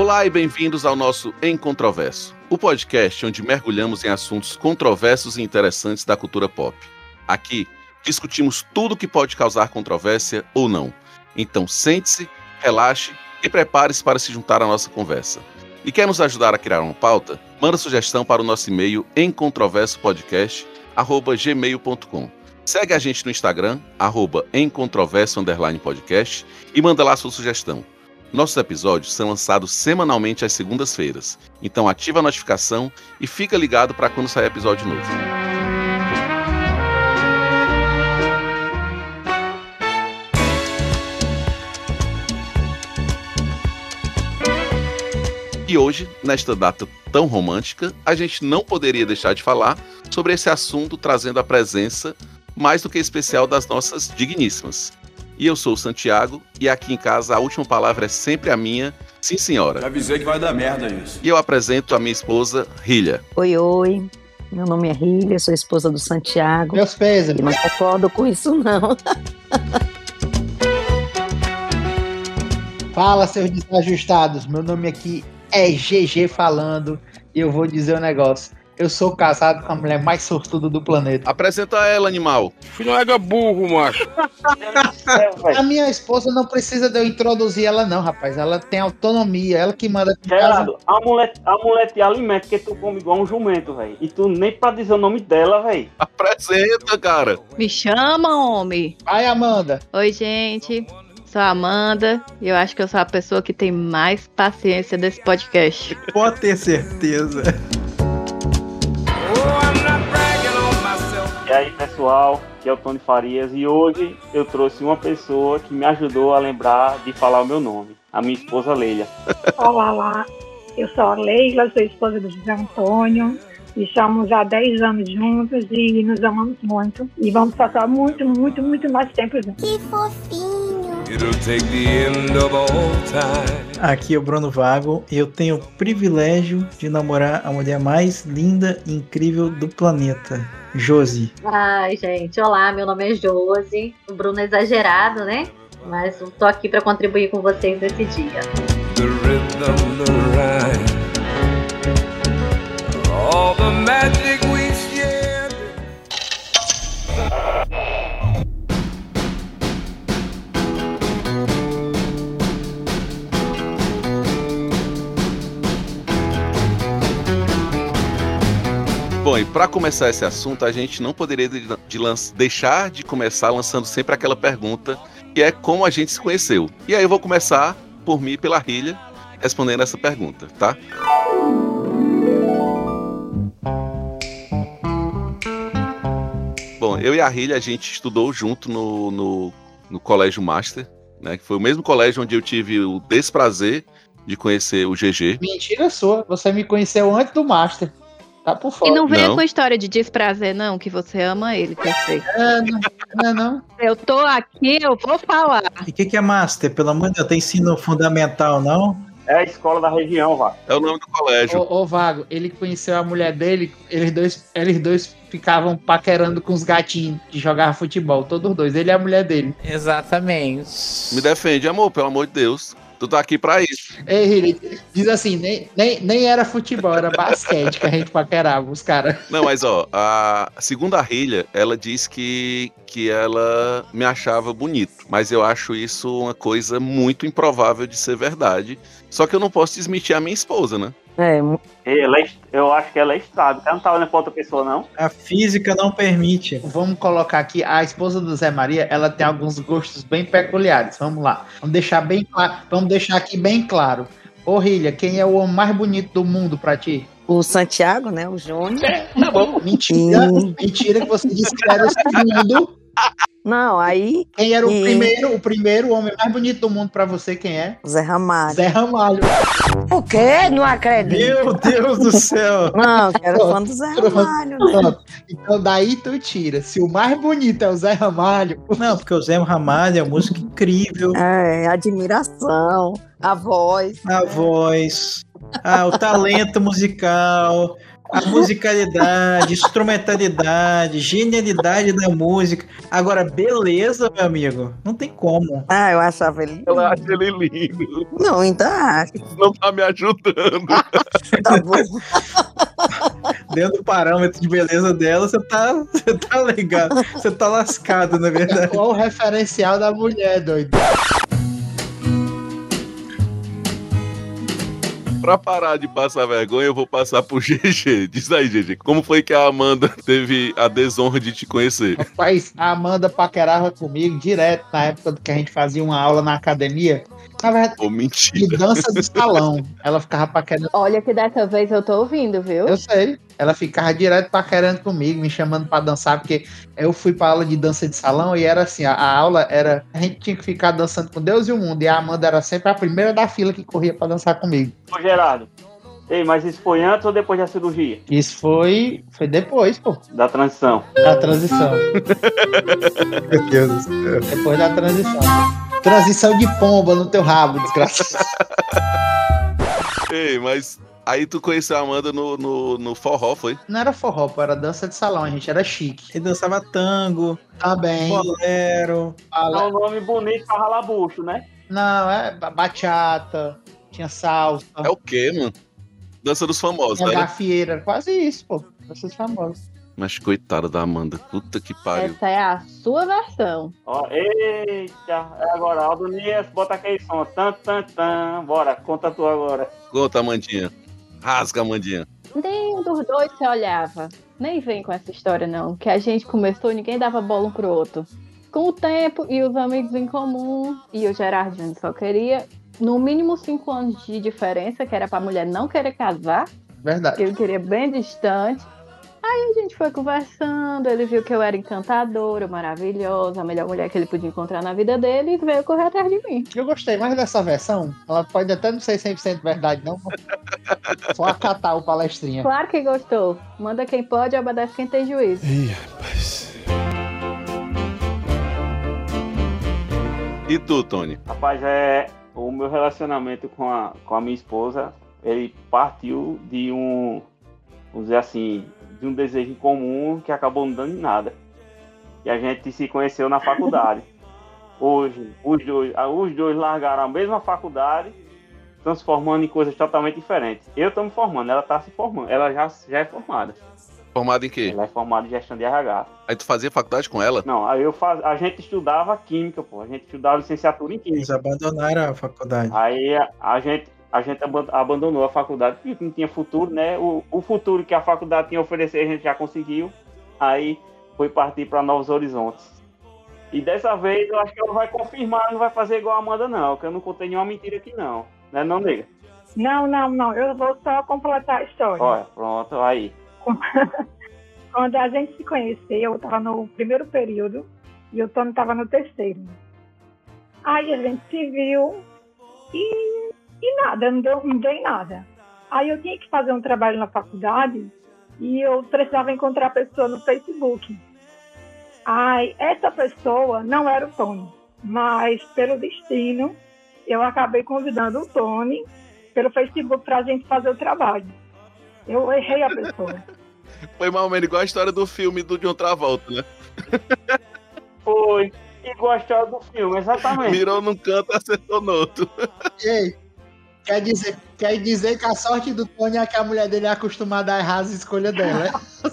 Olá e bem-vindos ao nosso Em Controverso, o podcast onde mergulhamos em assuntos controversos e interessantes da cultura pop. Aqui, discutimos tudo que pode causar controvérsia ou não. Então sente-se, relaxe e prepare-se para se juntar à nossa conversa. E quer nos ajudar a criar uma pauta? Manda sugestão para o nosso e-mail emcontroversopodcast@gmail.com. Segue a gente no Instagram, @emcontroverso_podcast e manda lá sua sugestão. Nossos episódios são lançados semanalmente às segundas-feiras, então ativa a notificação e fica ligado para quando sair episódio novo. E hoje, nesta data tão romântica, a gente não poderia deixar de falar sobre esse assunto, trazendo a presença mais do que especial das nossas digníssimas. E eu sou o Santiago, e aqui em casa a última palavra é sempre a minha, sim senhora. Já avisei que vai dar merda isso. E eu apresento a minha esposa, Rília. Oi, meu nome é Rília, sou esposa do Santiago. Meus pesos. E não concordo com isso, não. Fala, seus desajustados. Meu nome aqui é GG falando e eu vou dizer um negócio. Eu sou casado com a mulher mais sortuda do planeta. Apresenta ela, animal. Filho é burro, macho. A minha esposa não precisa de eu introduzir ela não, rapaz. Ela tem autonomia, ela que manda aqui em casa. Gerardo, a mulher te alimenta porque tu come igual um jumento, velho. E tu nem pra dizer o nome dela, velho. Apresenta, cara. Me chama, homem. Vai, Amanda. Oi, gente. Sou a Amanda e eu acho que eu sou a pessoa que tem mais paciência desse podcast. Pode ter certeza. E aí, pessoal, aqui é o Tony Farias e hoje eu trouxe uma pessoa que me ajudou a lembrar de falar o meu nome, a minha esposa Leila. Olá, eu sou a Leila, sou esposa do José Antônio e estamos há 10 anos juntos e nos amamos muito e vamos passar muito mais tempo juntos. Que fofinho! Aqui é o Bruno Vago e eu tenho o privilégio de namorar a mulher mais linda e incrível do planeta, Josi. Ai, gente, olá, meu nome é Josi. O Bruno é exagerado, né? Mas eu tô aqui para contribuir com vocês nesse dia. The rhythm, the rhyme, all the magic we shared. Bom, e para começar esse assunto, a gente não poderia deixar de começar lançando sempre aquela pergunta, que é como a gente se conheceu. E aí eu vou começar por mim e pela Rília, respondendo essa pergunta, tá? Bom, eu e a Rília, a gente estudou junto no Colégio Master, né? Que foi o mesmo colégio onde eu tive o desprazer de conhecer o GG. Mentira sua, você me conheceu antes do Master. Tá por fora. E não venha com a história de desprazer, não, que você ama ele, que eu sei. Não. Eu tô aqui, eu vou falar. E o que é Master? Pelo amor de Deus, tem ensino fundamental, não? É a escola da região, Vago. É o nome do colégio. Ô Vago, ele conheceu a mulher dele, eles dois ficavam paquerando com os gatinhos que jogavam futebol, todos os dois, ele e a mulher dele. Exatamente. Me defende, amor, pelo amor de Deus. Tu tá aqui pra isso. Ei, Rília, diz assim, nem era futebol, era basquete que a gente paquerava os caras. Não, mas ó, segundo a Rília, ela diz que ela me achava bonito, mas eu acho isso uma coisa muito improvável de ser verdade. Só que eu não posso desmentir a minha esposa, né? Eu acho que ela é estável. Ela não tá olhando pra outra pessoa, não? A física não permite. Vamos colocar aqui, a esposa do Zé Maria, ela tem alguns gostos bem peculiares. Vamos lá. Vamos deixar aqui bem claro. Ô Rília, quem é o homem mais bonito do mundo pra ti? O Santiago, né? O Júnior. Tá bom. Mentira que você disse que era o segundo. Não, aí... Quem era o primeiro homem mais bonito do mundo pra você, quem é? Zé Ramalho. Zé Ramalho. O quê? Não acredito. Meu Deus do céu. Não, eu quero fã do Zé Ramalho. Né? Então daí tu tira. Se o mais bonito é o Zé Ramalho... Não, porque o Zé Ramalho é uma música incrível. É, admiração. A voz. O talento musical. A musicalidade, instrumentalidade, genialidade da música. Agora, beleza, meu amigo, não tem como. Ah, eu achava ele. Ela acha ele lindo. Não, ainda acho. Não tá me ajudando. Tá bom. Dentro do parâmetro de beleza dela, você tá legal. Você tá lascado, na verdade. Qual o referencial da mulher, doido? Pra parar de passar vergonha, eu vou passar pro GG. Diz aí, GG, como foi que a Amanda teve a desonra de te conhecer? Rapaz, a Amanda paquerava comigo direto na época que a gente fazia uma aula na academia. Na verdade, Pô, de mentira. dança de salão. Ela ficava paquerando. Olha que dessa vez eu tô ouvindo, viu? Eu sei. Ela ficava direto paquerando comigo, me chamando pra dançar, porque eu fui pra aula de dança de salão e era assim, a aula era, a gente tinha que ficar dançando com Deus e o mundo, e a Amanda era sempre a primeira da fila que corria pra dançar comigo. Ô, Gerardo. Ei, mas isso foi antes ou depois da cirurgia? Isso foi depois, pô, Da transição. da transição. Meu Deus do céu. Depois da transição. Transição de pomba no teu rabo, desgraçado. Ei, mas aí tu conheceu a Amanda no forró, foi? Não era forró, pô, era dança de salão, a gente era chique. Ele dançava tango, Também. bolero. É um nome bonito pra ralar bucho, né? Não, é bachata, tinha salsa, É o quê, mano? Dança dos famosos, tinha né? gafieira, quase isso, pô. Danças famosas. Mas coitada da Amanda, puta que pariu. Essa é a sua versão. Ó, eita, é agora, Aldonias, bota aquele som. Tan, tan, tan. Bora, conta tu agora. Conta, Amandinha. Rasga, Amandinha. Nem um dos dois se olhava. Nem vem com essa história, não. Que a gente começou e ninguém dava bola um pro outro. Com o tempo e os amigos em comum, e o Gerardinho só queria, no mínimo 5 anos de diferença, que era pra mulher não querer casar, Verdade. que ele queria bem distante. Aí a gente foi conversando, ele viu que eu era encantadora, maravilhosa, a melhor mulher que ele podia encontrar na vida dele, e veio correr atrás de mim. Eu gostei mais dessa versão. Ela pode até não ser 100% verdade, não. Só acatar o palestrinha. Claro que gostou. Manda quem pode, obedece quem tem juízo. Ih, rapaz. E tu, Tony? Rapaz, o meu relacionamento com a minha esposa, ele partiu de vamos dizer assim, de um desejo em comum que acabou não dando em nada. E a gente se conheceu na faculdade. Hoje, os dois largaram a mesma faculdade, transformando em coisas totalmente diferentes. Eu estou me formando, ela está se formando, ela já é formada. Formado em quê? Ela é formada em gestão de RH. Aí tu fazia faculdade com ela? Não, aí a gente estudava química, pô. A gente estudava licenciatura em química. Eles abandonaram a faculdade. Aí a gente abandonou a faculdade porque não tinha futuro, né? O futuro que a faculdade tinha a oferecer a gente já conseguiu. Aí foi partir para novos horizontes. E dessa vez eu acho que ela vai confirmar, não vai fazer igual a Amanda, não. Que eu não contei nenhuma mentira aqui, não. Né, não, nega? Não. Eu vou só completar a história. Olha, pronto, aí. Quando a gente se conheceu, eu estava no primeiro período e o Tony estava no terceiro. Aí a gente se viu e nada, não deu em nada. Aí eu tinha que fazer um trabalho na faculdade e eu precisava encontrar a pessoa no Facebook. Aí essa pessoa não era o Tony, mas pelo destino eu acabei convidando o Tony pelo Facebook para a gente fazer o trabalho. Eu errei a pessoa. Foi mais ou menos igual a história do filme do John Travolta, né? Foi. Igual a história do filme, exatamente. Mirou num canto, acertou no outro. Ei, quer dizer que a sorte do Tony é que a mulher dele é acostumada a errar as escolhas dela, né?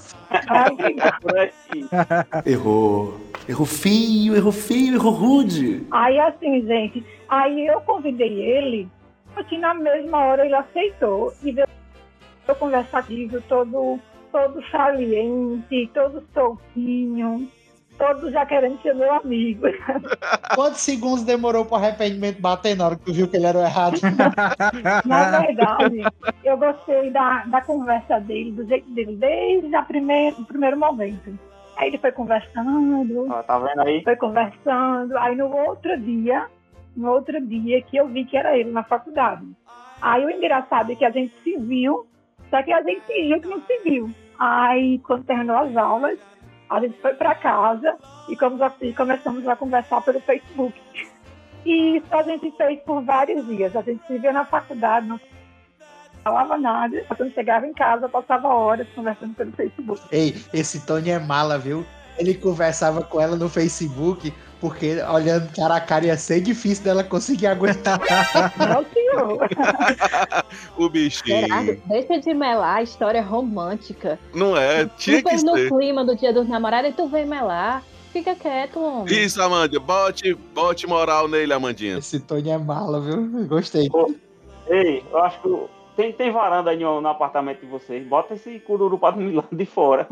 Errou feio, errou rude. Aí assim, gente, aí eu convidei ele, assim, na mesma hora ele aceitou e veio conversativo, todo saliente, todo soltinho, todo já querendo ser meu amigo. Quantos segundos demorou pro arrependimento bater na hora que tu viu que ele era o errado? Na verdade, eu gostei da conversa dele, do jeito dele, desde o primeiro momento. Aí ele foi conversando, Tá vendo aí? foi conversando, aí no outro dia que eu vi que era ele na faculdade. Aí o engraçado é que a gente se viu, só que a gente fingiu que não se viu. Aí quando terminou as aulas, a gente foi para casa e começamos a conversar pelo Facebook. E isso a gente fez por vários dias. A gente se viu na faculdade, falava nada. Quando chegava em casa, eu passava horas conversando pelo Facebook. Ei, esse Tony é mala, viu? Ele conversava com ela no Facebook, porque olhando cara a cara ia ser difícil dela conseguir aguentar. Não, senhor. O bichinho. Gerardo, deixa de melar a história romântica. Não é? Tinha que Super no ser. clima do Dia dos Namorados e tu vem melar. Fica quieto, homem. Isso, Amanda. Bote moral nele, Amandinha. Esse Tony é mala, viu? Gostei. Ei, eu acho que tem varanda aí no apartamento de vocês. Bota esse cururu pra dormir lá de fora.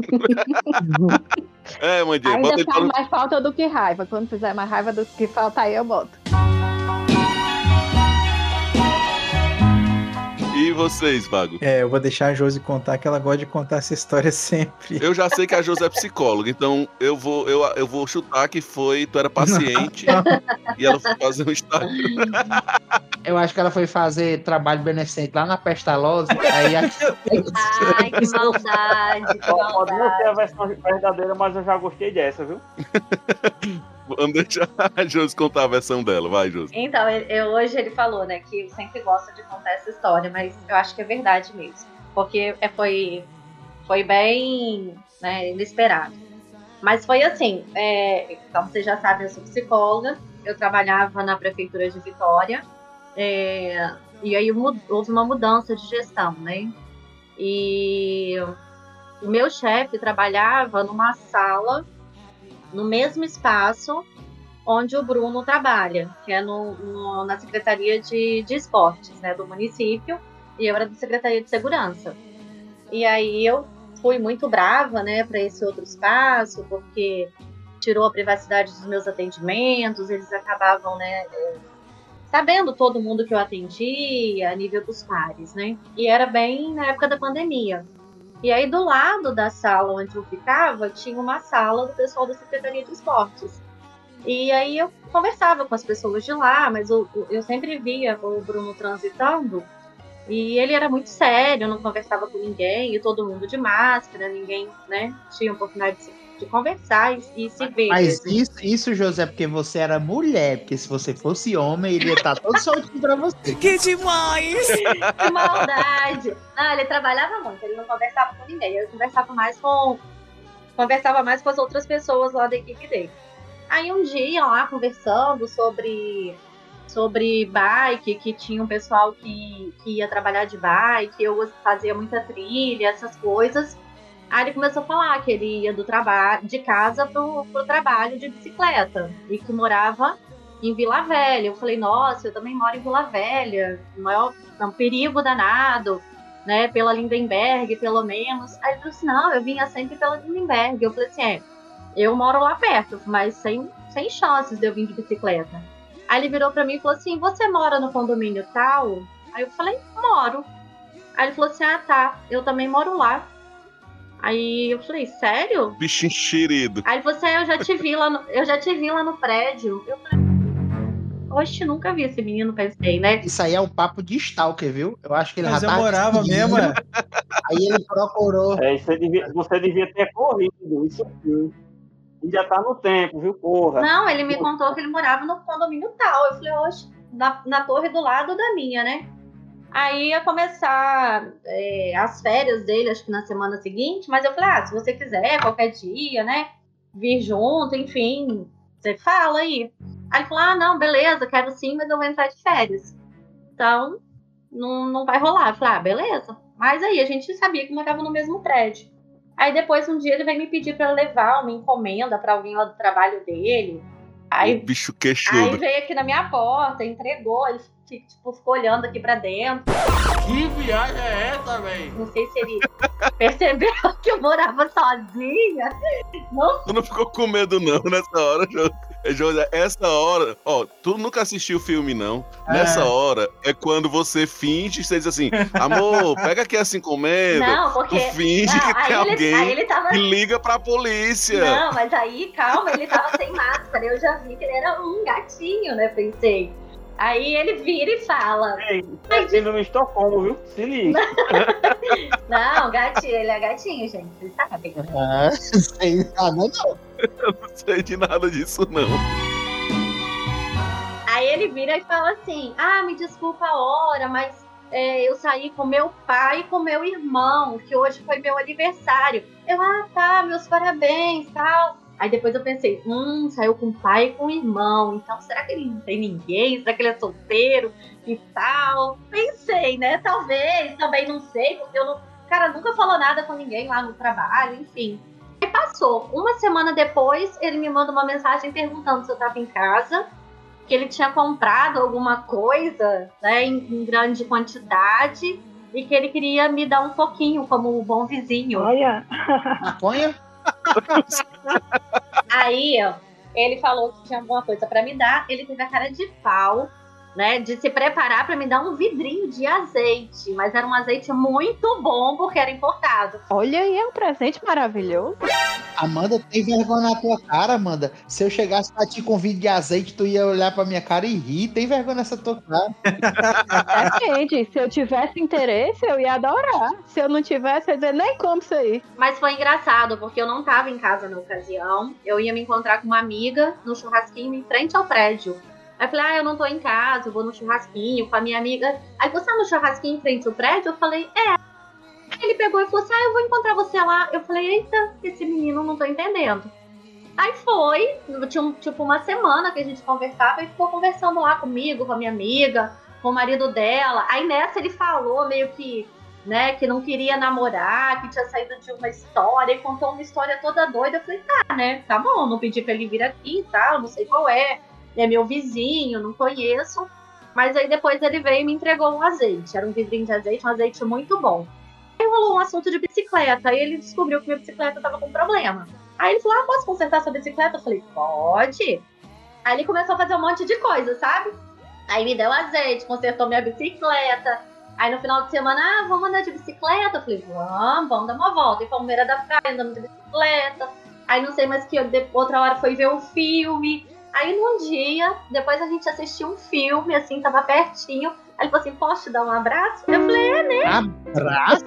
É, Amandinha. Ainda Bota ele faz pra... mais falta do que raiva. Quando fizer mais raiva do que falta, aí eu boto. E vocês, Vago? Eu vou deixar a Josi contar, que ela gosta de contar essa história sempre. Eu já sei que a Josi é psicóloga, então eu vou chutar que tu era paciente e ela foi fazer um estágio. Eu acho que ela foi fazer trabalho beneficente lá na Pestalozzi. Aí Ai, que maldade, que Pode não ser a maldade. versão verdadeira, mas eu já gostei dessa, viu? Vamos deixar a Josi contar a versão dela. Vai, Josi. Então, hoje ele falou, né, que eu sempre gosto de contar essa história, mas eu acho que é verdade mesmo. Porque foi bem, né, inesperado. Mas foi assim, como vocês já sabem, eu sou psicóloga, eu trabalhava na prefeitura de Vitória, e aí houve uma mudança de gestão, né? E o meu chefe trabalhava numa sala, no mesmo espaço onde o Bruno trabalha, que é na Secretaria de Esportes, né, do município, e eu era da Secretaria de Segurança. E aí eu fui muito brava, né, para esse outro espaço, porque tirou a privacidade dos meus atendimentos, eles acabavam, né, sabendo todo mundo que eu atendia, a nível dos pares, né, e era bem na época da pandemia. E aí, do lado da sala onde eu ficava, tinha uma sala do pessoal da Secretaria de Esportes. E aí eu conversava com as pessoas de lá, mas eu sempre via o Bruno transitando, e ele era muito sério, não conversava com ninguém, e todo mundo de máscara, ninguém, né, tinha oportunidade de conversar e se ver. Mas isso, José, porque você era mulher, porque se você fosse homem, ele ia estar todo soltinho pra você. Que demais! Que maldade! Não, ele trabalhava muito, ele não conversava com ninguém. Eu conversava mais com as outras pessoas lá da equipe dele. Aí um dia, lá, conversando sobre bike, que tinha um pessoal que ia trabalhar de bike, eu fazia muita trilha, essas coisas. Aí ele começou a falar que ele ia de casa pro trabalho de bicicleta e que morava em Vila Velha. Eu falei, nossa, eu também moro em Vila Velha, é um perigo danado, né, pela Lindenberg, pelo menos. Aí ele falou assim, não, eu vinha sempre pela Lindenberg. Eu falei assim, eu moro lá perto, mas sem chances de eu vir de bicicleta. Aí ele virou pra mim e falou assim, você mora no condomínio tal? Aí eu falei, moro. Aí ele falou assim, ah, tá, eu também moro lá. Aí eu falei, sério? Bicho enxerido. Aí você, eu já te vi lá no prédio. Eu falei, oxe, nunca vi esse menino, pensei, né? Isso aí é um papo de stalker, viu? Eu acho que ele Mas já eu tá morava mesmo, Aí ele procurou. Você devia ter corrido, isso sim. Já tá no tempo, viu, porra? Não, ele me contou que ele morava no condomínio tal. Eu falei, oxe, na torre do lado da minha, né? Aí ia começar as férias dele, acho que na semana seguinte, mas eu falei, se você quiser, qualquer dia, né, vir junto, enfim, você fala aí. Aí ele falou, não, beleza, quero sim, mas eu vou entrar de férias. Então, não vai rolar. Eu falei, beleza. Mas aí, a gente sabia que morava no mesmo prédio. Aí depois, um dia, ele veio me pedir pra levar uma encomenda pra alguém lá do trabalho dele. Aí, o bicho queixudo. Aí veio aqui na minha porta, entregou, ele ficou olhando aqui pra dentro. Que viagem é essa, velho? Não sei se ele percebeu que eu morava sozinha. Tu não ficou com medo não nessa hora, José? Essa hora, tu nunca assistiu o filme não. Nessa hora é quando você finge, você diz assim, amor, pega aqui essa encomenda. Não, porque... Tu finge que tem alguém tava... e liga pra polícia. Não, mas aí, calma, ele tava sem máscara. Eu já vi que ele era um gatinho, né, pensei. Aí ele vira e fala... Ei, sendo no Estocolmo, viu? Se liga. Não, gatinho, ele é gatinho, gente. Vocês sabem. Não sei nada, não. Eu não sei de nada disso, não. Aí ele vira e fala assim, me desculpa a hora, mas eu saí com meu pai e com meu irmão, que hoje foi meu aniversário. Eu, tá, meus parabéns, tal. Aí depois eu pensei, saiu com o pai e com o irmão, então será que ele não tem ninguém? Será que ele é solteiro e tal? Pensei, né? Talvez, também não sei, porque cara, nunca falou nada com ninguém lá no trabalho, enfim. Aí passou. Uma semana depois, ele me manda uma mensagem perguntando se eu tava em casa, que ele tinha comprado alguma coisa, né, em grande quantidade, e que ele queria me dar um pouquinho, como um bom vizinho. Olha. Maconha? Aí, ele falou que tinha alguma coisa pra me dar, ele teve a cara de pau, né, de se preparar pra me dar um vidrinho de azeite, mas era um azeite muito bom, porque era importado. Olha aí, é um presente maravilhoso. Amanda, tem vergonha na tua cara, Amanda. Se eu chegasse pra ti com vidro de azeite, tu ia olhar pra minha cara e rir. Tem vergonha nessa tua cara. Depende, se eu tivesse interesse, eu ia adorar. Se eu não tivesse, eu ia dizer, nem como isso aí. Mas foi engraçado, porque eu não tava em casa na ocasião, eu ia me encontrar com uma amiga no churrasquinho em frente ao prédio. Aí eu falei, eu não tô em casa, eu vou no churrasquinho com a minha amiga. Aí você tá no churrasquinho em frente ao prédio? Eu falei, Aí ele pegou e falou assim, eu vou encontrar você lá. Eu falei, eita, esse menino não tô entendendo. Aí foi, tinha tipo uma semana que a gente conversava e ficou conversando lá comigo, com a minha amiga, com o marido dela. Aí nessa ele falou meio que, né, que não queria namorar, que tinha saído de uma história, e contou uma história toda doida. Eu falei, tá, né, tá bom, não pedi pra ele vir aqui e tal, não sei qual é meu vizinho, não conheço. Mas aí depois ele veio e me entregou um azeite, era um vidrinho de azeite, um azeite muito bom. Aí rolou um assunto de bicicleta, aí ele descobriu que minha bicicleta tava com problema. Aí ele falou, posso consertar sua bicicleta? Eu falei, pode. Aí ele começou a fazer um monte de coisa, sabe? Aí me deu azeite, consertou minha bicicleta. Aí no final de semana, vamos andar de bicicleta? Eu falei, vamos dar uma volta. E fomos beira da praia, andando de bicicleta. Aí não sei mais que outra hora foi ver um filme. Aí num dia, depois a gente assistiu um filme, assim, tava pertinho. Aí ele falou assim, posso te dar um abraço? Eu falei, né? Abraço?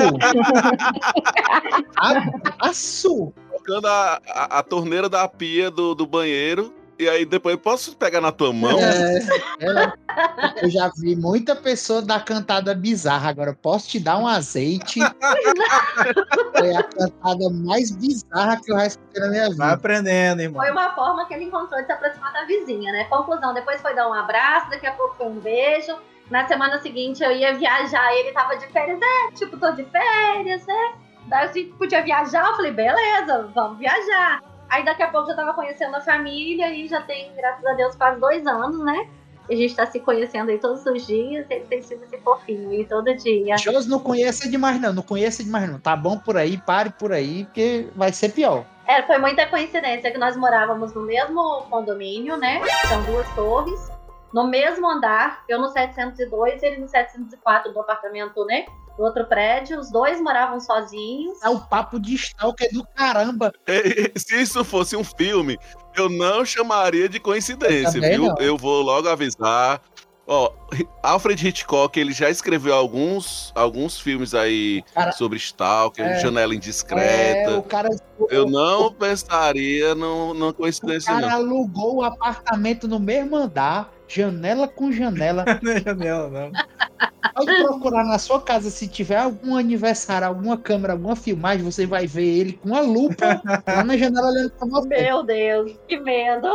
Abraço? Tocando a torneira da pia do banheiro. E aí depois, posso pegar na tua mão? Eu já vi muita pessoa dar cantada bizarra. Agora, posso te dar um azeite? Foi a cantada mais bizarra que eu já escutei na minha vida. Vai aprendendo, irmão. Foi uma forma que ele encontrou de se aproximar da vizinha, né? Conclusão, depois foi dar um abraço, daqui a pouco foi um beijo. Na semana seguinte eu ia viajar, ele tava de férias, tô de férias, né? Daí eu podia viajar, eu falei, beleza, vamos viajar. Aí daqui a pouco já tava conhecendo a família e já tem, graças a Deus, quase 2 anos, né? A gente tá se conhecendo aí todos os dias, ele tem sido esse fofinho aí todo dia. Josi, não conheça demais não, Tá bom por aí, pare por aí, porque vai ser pior. Foi muita coincidência que nós morávamos no mesmo condomínio, né? São 2 torres, no mesmo andar, eu no 702 e ele no 704 do apartamento, né? Do outro prédio, os 2 moravam sozinhos. É o papo de stalker do caramba. Se isso fosse um filme, eu não chamaria de coincidência, viu? Não. Eu vou logo avisar. Alfred Hitchcock, ele já escreveu alguns filmes aí sobre stalker, Janela Indiscreta. Eu não pensaria numa coincidência, não. O cara alugou o apartamento no mesmo andar, janela com janela. Não é janela, não. Pode procurar na sua casa, se tiver algum aniversário, alguma câmera, alguma filmagem, você vai ver ele com uma lupa lá na janela olhando pra você. Meu Deus, que medo.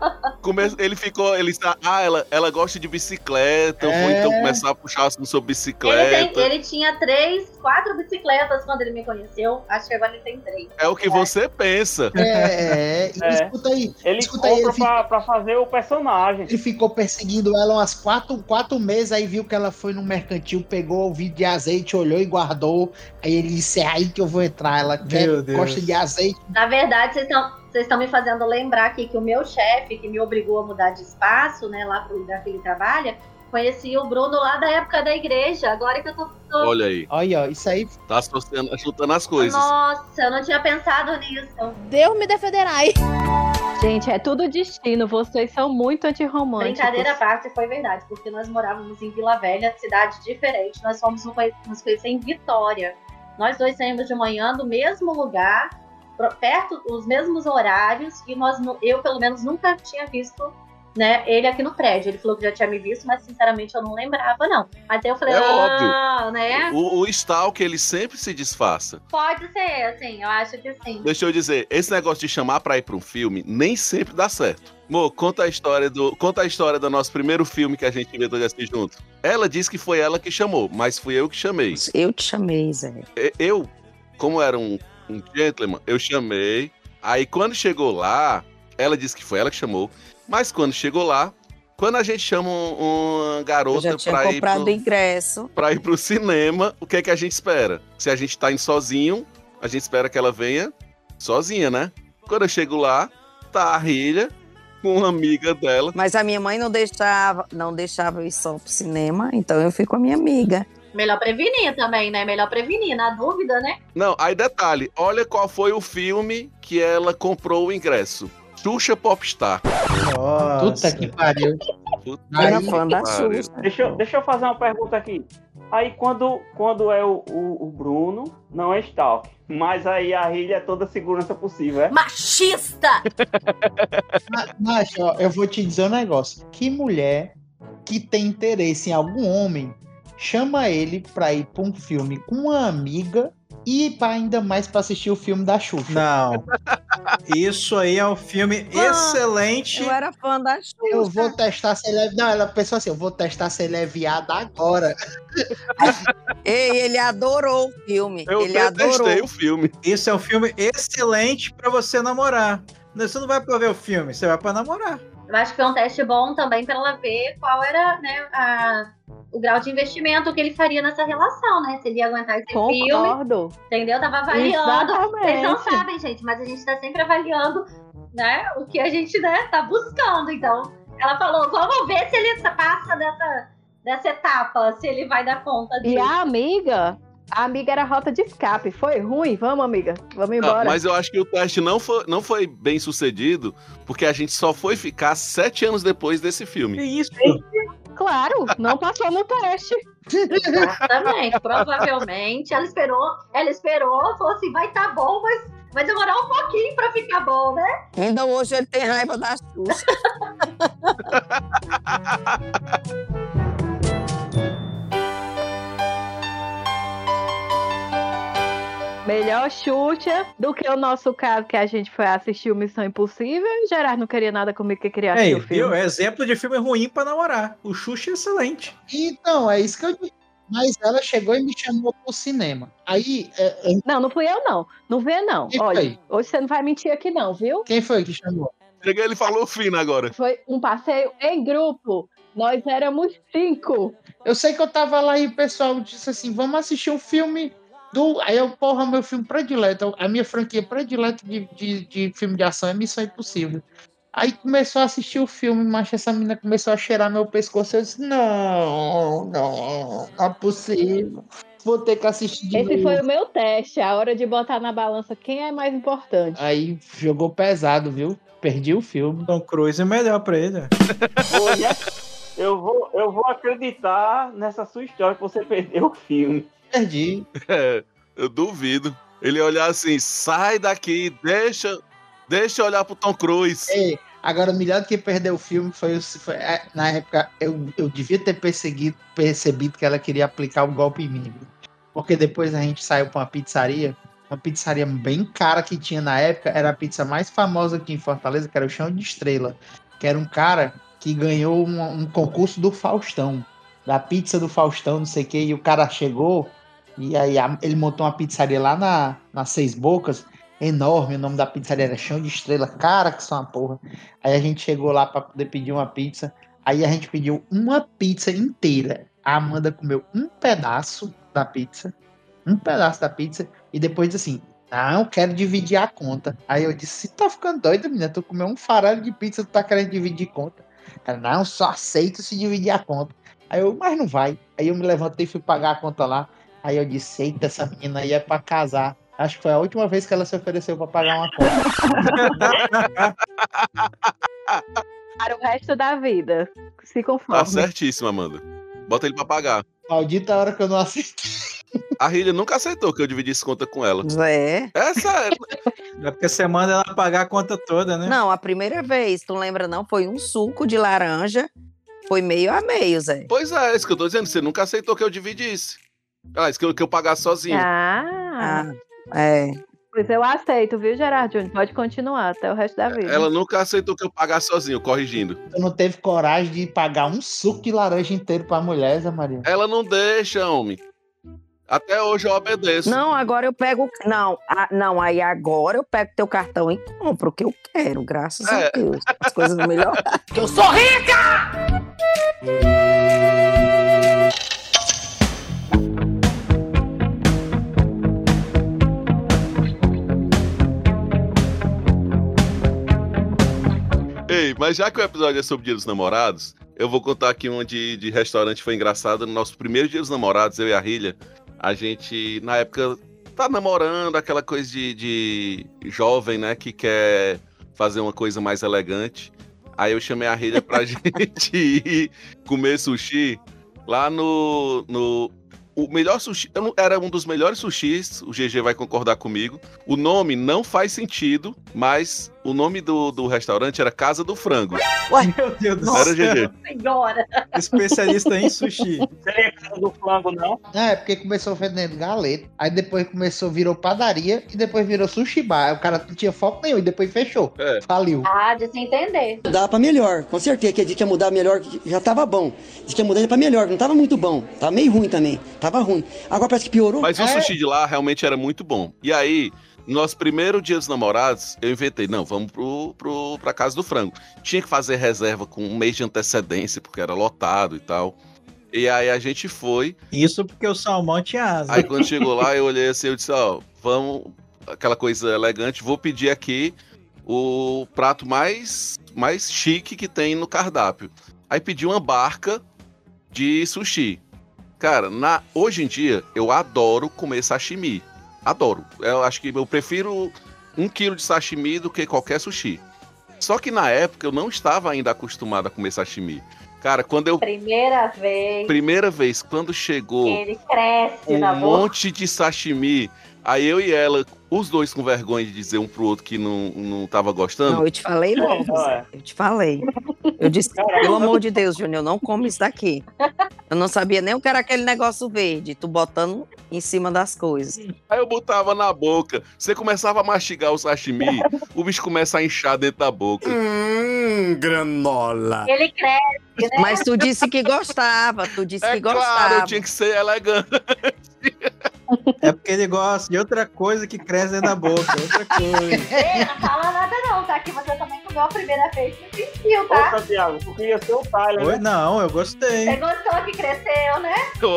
Ela gosta de bicicleta, eu vou então começar a puxar assunto sobre bicicleta. Ele tinha 4 bicicletas quando ele me conheceu, acho que agora ele tem 3. É o que você pensa. Escuta aí. Ele compra pra fazer o personagem. Ele ficou perseguindo ela umas 4 meses, aí viu que ela foi no mercantil, pegou o vidro de azeite, olhou e guardou. Aí ele disse, é aí que eu vou entrar. Ela gosta de azeite. Na verdade, vocês estão me fazendo lembrar aqui que o meu chefe, que me obrigou a mudar de espaço, né, lá pro lugar que ele trabalha, conheci o Bruno lá da época da igreja, agora que eu tô... Olha aí. Olha, isso aí... Tá chutando as coisas. Nossa, eu não tinha pensado nisso. Deus me defenderá aí. Gente, é tudo destino, vocês são muito antirromânticos. Brincadeira à parte, foi verdade, porque nós morávamos em Vila Velha, cidade diferente, nós fomos nos conhecer em Vitória. Nós 2 saímos de manhã do mesmo lugar, perto dos mesmos horários, e eu pelo menos nunca tinha visto né, ele aqui no prédio. Ele falou que já tinha me visto, mas sinceramente eu não lembrava, não. Mas aí eu falei, óbvio. Né? O Stalker, ele sempre se disfarça. Pode ser, assim, eu acho que sim. Deixa eu dizer, esse negócio de chamar pra ir pra um filme nem sempre dá certo. Mo, conta a história do nosso primeiro filme que a gente inventou de assistir junto. Ela disse que foi ela que chamou, mas fui eu que chamei. Eu te chamei, Zé. Eu, como era um gentleman, eu chamei. Aí quando chegou lá, ela disse que foi ela que chamou. Mas quando chegou lá, quando a gente chama uma garota Eu já tinha comprado ingresso. Pra ir pro cinema, o que é que a gente espera? Se a gente tá indo sozinho, a gente espera que ela venha sozinha, né? Quando eu chego lá, tá a Rilha com uma amiga dela. Mas a minha mãe não deixava eu ir só pro cinema, então eu fui com a minha amiga. Melhor prevenir também, né? Melhor prevenir, na dúvida, né? Não, aí detalhe, olha qual foi o filme que ela comprou o ingresso. Xuxa Popstar. Nossa. Puta que pariu. Era fã da Xuxa. Deixa eu fazer uma pergunta aqui. Aí quando é o Bruno, não é Stalker. Mas aí a Rilha é toda a segurança possível, é? Machista! Mas, ó, eu vou te dizer um negócio. Que mulher que tem interesse em algum homem chama ele pra ir pra um filme com uma amiga e ainda mais pra assistir o filme da Xuxa? Não. Isso aí é um filme excelente. Eu era fã da Xuxa. Eu vou testar se ele é... Não, ela pensou assim, eu vou testar se ele é viado agora. Ei, ele adorou o filme. Eu testei o filme. Isso é um filme excelente pra você namorar. Você não vai pra ver o filme, você vai pra namorar. Eu acho que foi um teste bom também pra ela ver qual era, né, o grau de investimento que ele faria nessa relação, né? Se ele ia aguentar esse Concordo. filme. Entendeu? Tava avaliando. Exatamente. Vocês não sabem, gente, mas a gente tá sempre avaliando, né, o que a gente, né, tá buscando. Então, ela falou, vamos ver se ele passa dessa etapa, se ele vai dar conta disso. E a amiga era rota de escape. Foi ruim? Vamos, amiga. Vamos embora. Mas eu acho que o teste não foi bem sucedido, porque a gente só foi ficar 7 anos depois desse filme. Que isso? Claro, não passou no teste. Exatamente. Provavelmente ela esperou, falou assim, vai tá bom, mas vai demorar um pouquinho pra ficar bom, né? Ainda hoje ele tem raiva da Xuxa. Melhor Xuxa do que o nosso caso, que a gente foi assistir o Missão Impossível. E o Gerard não queria nada comigo, que queria assistir o filme. Viu? É exemplo de filme ruim pra namorar. O Xuxa é excelente. Então, é isso que eu disse. Mas ela chegou e me chamou pro cinema. Aí... Não fui eu, não. Não vê, não. Quem Olha, foi? hoje você não vai mentir aqui, não, viu? Quem foi que chamou? Cheguei, ele falou fino agora. Foi um passeio em grupo. Nós éramos 5. Eu sei que eu tava lá e o pessoal disse assim, vamos assistir um filme Aí eu, porra, meu filme predileto, a minha franquia predileta de filme de ação é Missão Impossível. Aí começou a assistir o filme, mas essa menina começou a cheirar meu pescoço. Eu disse, não é possível. Vou ter que assistir de novo. Esse foi o meu teste, a hora de botar na balança quem é mais importante. Aí jogou pesado, viu? Perdi o filme. Tom Cruise é melhor pra ele. Olha, eu vou acreditar nessa sua história que você perdeu o filme. Perdi. Eu duvido. Ele olhar assim, sai daqui, deixa eu olhar pro Tom Cruise. Ei, agora, melhor do que perder o filme foi na época, eu devia ter percebido que ela queria aplicar um golpe em mim. Porque depois a gente saiu pra uma pizzaria bem cara que tinha na época, era a pizza mais famosa aqui em Fortaleza, que era o Chão de Estrela, que era um cara que ganhou um concurso do Faustão, da pizza do Faustão, não sei o que, e o cara chegou, e aí ele montou uma pizzaria lá na Seis Bocas, enorme, o nome da pizzaria era Chão de Estrela, cara, que são uma porra. Aí a gente chegou lá pra poder pedir uma pizza, aí a gente pediu uma pizza inteira, a Amanda comeu um pedaço da pizza, e depois disse assim, não, quero dividir a conta. Aí eu disse, você tá ficando doida, menina, tu comeu um farelo de pizza, tu tá querendo dividir conta. Ela, não, só aceito se dividir a conta. Aí eu, mas não vai. Aí eu me levantei e fui pagar a conta lá. Aí eu disse, eita, essa menina aí é pra casar. Acho que foi a última vez que ela se ofereceu pra pagar uma conta. Para o resto da vida. Se conforme. Tá certíssimo, Amanda. Bota ele pra pagar. Maldita hora que eu não assisti. A Rília nunca aceitou que eu dividisse conta com ela. Zé. É porque você manda ela pagar a conta toda, né? Não, a primeira vez, tu lembra não? Foi um suco de laranja. Foi meio a meio, Zé. Pois é isso que eu tô dizendo. Você nunca aceitou que eu dividisse. Isso que eu pagasse sozinho. É. Pois eu aceito, viu, Gerard Júnior? Pode continuar até o resto da vida. Ela nunca aceitou que eu pagasse sozinho, corrigindo. Tu não teve coragem de pagar um suco de laranja inteiro pra mulher, Zé Maria? Ela não deixa, homem. Até hoje eu obedeço. Não, agora eu pego... Não, aí agora eu pego teu cartão e compro o que eu quero, graças a Deus. As coisas melhoraram. Que eu sou rica! Ei, mas já que o episódio é sobre Dia dos Namorados, eu vou contar aqui uma de restaurante que foi engraçada. No nosso primeiro Dia dos Namorados, eu e a Rília, a gente, na época, tá namorando, aquela coisa de jovem, né, que quer fazer uma coisa mais elegante. Aí eu chamei a Rília pra gente ir comer sushi lá no o melhor sushi, era um dos melhores sushis, o GG vai concordar comigo. O nome não faz sentido, mas o nome do restaurante era Casa do Frango. Ué, meu Deus do céu. Era GG. Senhora. Especialista em sushi. Seria Casa do Frango, não? É, porque começou vendendo galeto, aí depois virou padaria e depois virou sushi bar. Aí o cara não tinha foco nenhum e depois fechou. Faliu. Ah, de se entender. Dá pra melhor, com certeza. Que a gente ia mudar melhor, já tava bom. Diz que ia mudar pra melhor, não tava muito bom. Tava meio ruim também. Tava ruim. Agora parece que piorou. Mas o sushi de lá realmente era muito bom. E aí, no nosso primeiro Dia dos Namorados, eu inventei, não, vamos pra Casa do Frango. Tinha que fazer reserva com um mês de antecedência, porque era lotado e tal. E aí a gente foi. Isso porque o salmão tinha asa. Aí quando chegou lá, eu olhei assim, eu disse, vamos, aquela coisa elegante, vou pedir aqui o prato mais chique que tem no cardápio. Aí pedi uma barca de sushi. Cara, hoje em dia, eu adoro comer sashimi. Adoro. Eu acho que eu prefiro 1 quilo de sashimi do que qualquer sushi. Só que na época, eu não estava ainda acostumado a comer sashimi. Cara, quando eu... Primeira vez, quando chegou... Ele cresce na boca. Um monte de sashimi. Aí eu e ela, os dois com vergonha de dizer um pro outro que não tava gostando. Não, eu te falei logo, Zé. Eu te falei. Eu disse, pelo amor de Deus, Júnior, eu não como isso daqui. Eu não sabia nem o que era aquele negócio verde, tu botando em cima das coisas. Aí eu botava na boca, você começava a mastigar o sashimi, o bicho começa a inchar dentro da boca. Granola. Ele cresce, né? Mas tu disse que gostava, que gostava. Claro, eu tinha que ser elegante. É porque ele gosta de outra coisa que cresce dentro da boca, outra coisa. Ei, não fala nada não, tá? Que você também comeu a primeira vez no sentiu, tá? Ô, Santiago, tu queria ser o Tyler, Oi, né? Não, eu gostei. Você gostou que cresceu, né?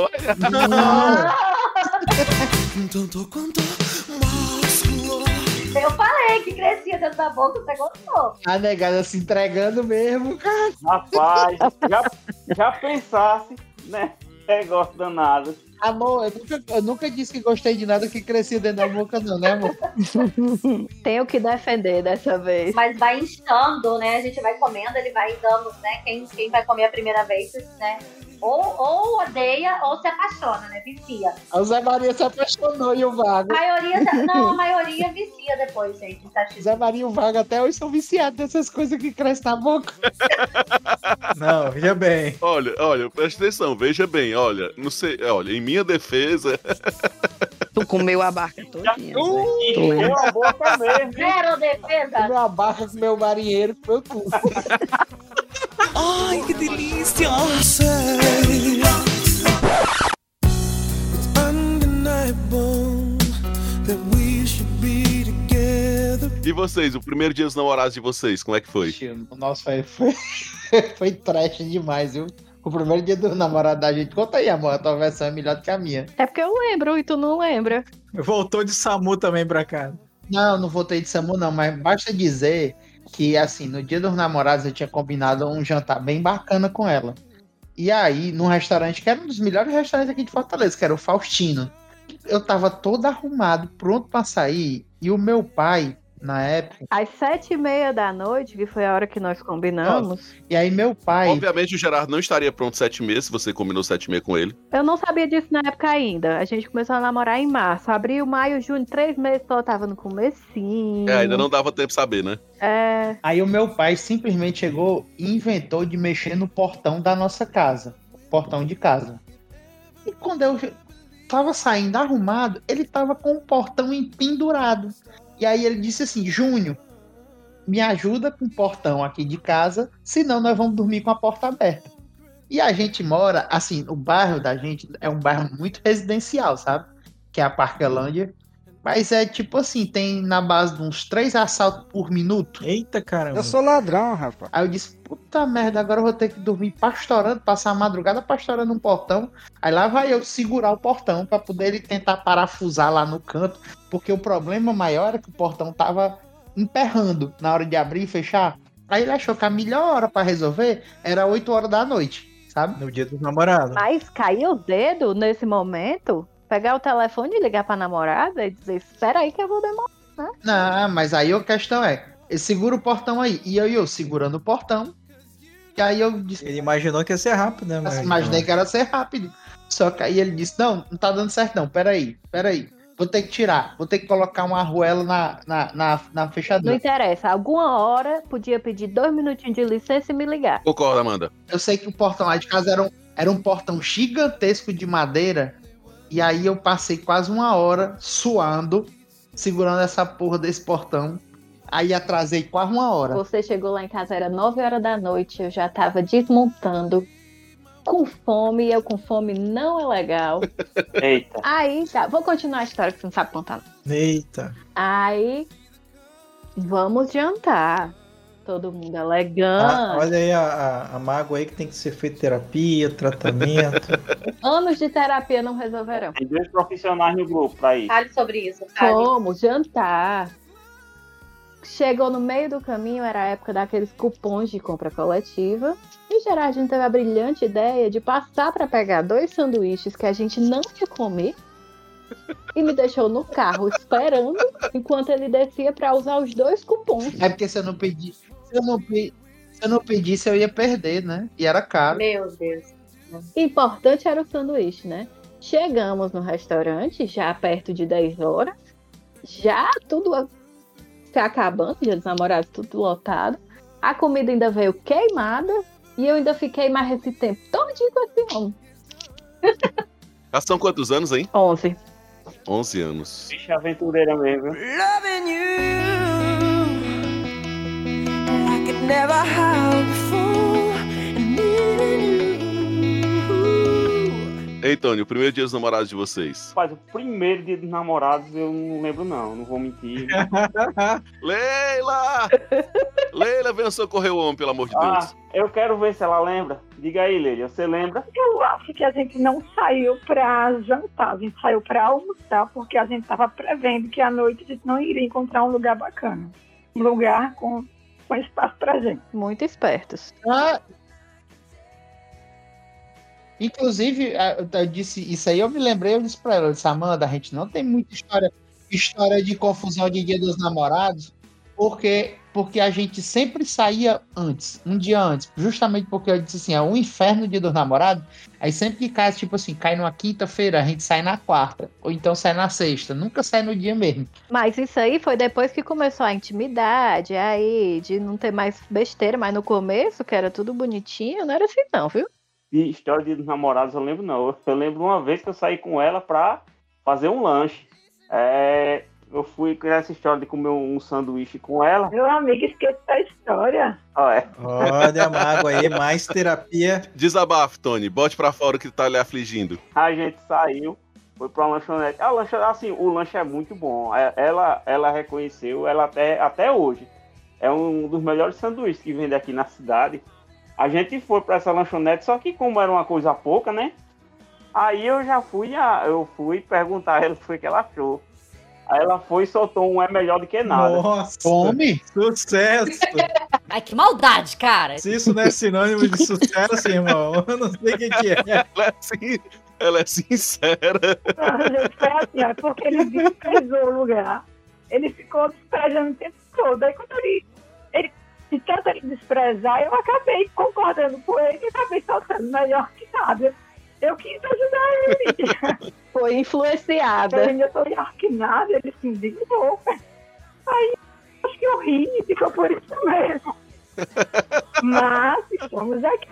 Tanto quanto músculo. Eu falei que crescia dentro da boca, você gostou. A negada se entregando mesmo, cara. Rapaz, já pensasse, né? Negócio danado. Amor, eu nunca disse que gostei de nada que crescia dentro da boca, não, né, amor? Tenho que defender dessa vez. Mas vai instando, né? A gente vai comendo, ele vai dando, né? Quem vai comer a primeira vez, né? Ou odeia ou se apaixona, né? Vicia. O Zé Maria se apaixonou e o Vago. A maioria vicia depois, gente. Tá Zé Maria e o Vago até hoje são viciados nessas coisas que crescem na boca. Não, veja bem. Olha, presta atenção, veja bem, olha, não sei, olha, em minha defesa... Tu comeu a barca todinha. Comeu a boca mesmo. Zero defesa. Comeu a barca, comeu o marinheiro, comeu tudo. Ai, que delícia! It's undeniable that we should be together. E vocês, o primeiro dia dos namorados de vocês, como é que foi? Nossa, foi trash demais, viu? O primeiro dia do namorado da gente. Conta aí, amor, a tua versão é melhor do que a minha. É porque eu lembro e tu não lembra. Voltou de SAMU também pra casa. Não voltei de SAMU não, mas basta dizer que, assim, no dia dos namorados eu tinha combinado um jantar bem bacana com ela. E aí, num restaurante que era um dos melhores restaurantes aqui de Fortaleza, que era o Faustino. Eu tava todo arrumado, pronto pra sair, e o meu pai na época. Às 7h30 da noite, que foi a hora que nós combinamos. E aí meu pai... Obviamente o Gerardo não estaria pronto 7h30 se você combinou 7h30 com ele. Eu não sabia disso na época ainda. A gente começou a namorar em março. Abril, maio, junho, 3 meses só tava no comecinho. Ainda não dava tempo de saber, né? Aí o meu pai simplesmente chegou e inventou de mexer no portão da nossa casa. Portão de casa. E quando eu tava saindo arrumado, ele tava com o portão empendurado. E aí ele disse assim, Júnior, me ajuda com o portão aqui de casa, senão nós vamos dormir com a porta aberta. E a gente mora, assim, o bairro da gente é um bairro muito residencial, sabe? Que é a Parquelândia. Mas é tipo assim, tem na base de uns 3 assaltos por minuto. Eita, caramba. Eu sou ladrão, rapaz. Aí eu disse, puta merda, agora eu vou ter que dormir pastorando, passar a madrugada pastorando um portão. Aí lá vai eu segurar o portão pra poder ele tentar parafusar lá no canto. Porque o problema maior era que o portão tava emperrando na hora de abrir e fechar. Aí ele achou que a melhor hora pra resolver era 8 horas da noite, sabe? No dia dos namorados. Mas caiu o dedo nesse momento? Pegar o telefone e ligar pra namorada e dizer, espera aí que eu vou demorar, né? Não, mas aí a questão é, ele segura o portão aí. E eu segurando o portão. E aí eu disse... Ele imaginou que ia ser rápido, né? Mas imaginei que era ser rápido. Só que aí ele disse, não tá dando certo não, peraí. Vou ter que tirar, vou ter que colocar uma arruela na fechadura. Não interessa, alguma hora podia pedir 2 minutinhos de licença e me ligar. Concorda, Amanda? Eu sei que o portão lá de casa era um portão gigantesco de madeira. E aí eu passei quase 1 hora suando, segurando essa porra desse portão. Aí atrasei quase 1 hora. Você chegou lá em casa, era 9 horas da noite, eu já tava desmontando, com fome, e eu com fome não é legal. Eita. Aí, tá, vou continuar a história que você não sabe contar. Eita. Aí, vamos jantar. Todo mundo elegante. Olha aí a mágoa aí que tem que ser feita terapia, tratamento. Anos de terapia não resolverão. Tem 2 profissionais no grupo pra isso. Fale sobre isso. Fale. Fomos jantar. Chegou no meio do caminho, era a época daqueles cupons de compra coletiva. E Gerardinho teve a brilhante ideia de passar para pegar 2 sanduíches que a gente não ia comer. E me deixou no carro esperando enquanto ele descia para usar os 2 cupons. É porque se eu não pedisse, eu ia perder, né? E era caro. Meu Deus. Importante era o sanduíche, né? Chegamos no restaurante, já perto de 10 horas. Já tudo se acabando, dia dos namorados, tudo lotado. A comida ainda veio queimada. E eu ainda fiquei mais esse tempo todinho com esse homem. Já são quantos anos, hein? 11. 11 anos. Bicho aventureira mesmo. Loving you like it never had before, and needing you. Ei, Tony, o primeiro dia dos namorados de vocês. Rapaz, o primeiro dia dos namorados eu não lembro não vou mentir. Leila! Leila, venha socorrer o homem, pelo amor de Deus. Eu quero ver se ela lembra. Diga aí, Leila, você lembra? Eu acho que a gente não saiu pra jantar, a gente saiu pra almoçar, porque a gente tava prevendo que à noite a gente não iria encontrar um lugar bacana. Um lugar com espaço pra gente. Muito espertos. Inclusive, eu disse isso aí, eu me lembrei, eu disse pra ela, eu disse, Amanda, a gente não tem muita história de confusão de Dia dos Namorados, porque a gente sempre saía antes, um dia antes, justamente porque eu disse assim, é um inferno Dia dos Namorados, aí sempre que cai, tipo assim, cai numa quinta-feira, a gente sai na quarta, ou então sai na sexta, nunca sai no dia mesmo. Mas isso aí foi depois que começou a intimidade, aí, de não ter mais besteira, mas no começo, que era tudo bonitinho, não era assim não, viu? De história de namorados eu lembro não. Eu lembro uma vez que eu saí com ela pra fazer um lanche. Eu fui com essa história de comer um sanduíche com ela. Meu amigo, esquece da história. Olha a mágoa aí, mais terapia. Desabafo, Tony. Bote pra fora o que tá lhe afligindo. A gente saiu, foi pra uma lanchonete. A lanchonete, assim, o lanche é muito bom. Ela reconheceu, ela até hoje. É um dos melhores sanduíches que vende aqui na cidade. A gente foi pra essa lanchonete, só que como era uma coisa pouca, né? Aí eu fui perguntar a ela o que foi que ela achou. Aí ela foi e soltou um é melhor do que nada. Nossa! Tome! Sucesso! Ai, que maldade, cara! Se isso não é sinônimo de sucesso, irmão, eu não sei o que é. Ela é sincera. Foi assim, porque ele desprezou o lugar. ele ficou desprezando o tempo todo. Aí quando ele de tanto ele desprezar, eu acabei concordando com ele e acabei soltando melhor que nada. Eu quis ajudar ele. Foi influenciada. Eu sou melhor que nada, ele se indignou. Aí acho que eu ri e ficou por isso mesmo. Mas estamos aqui.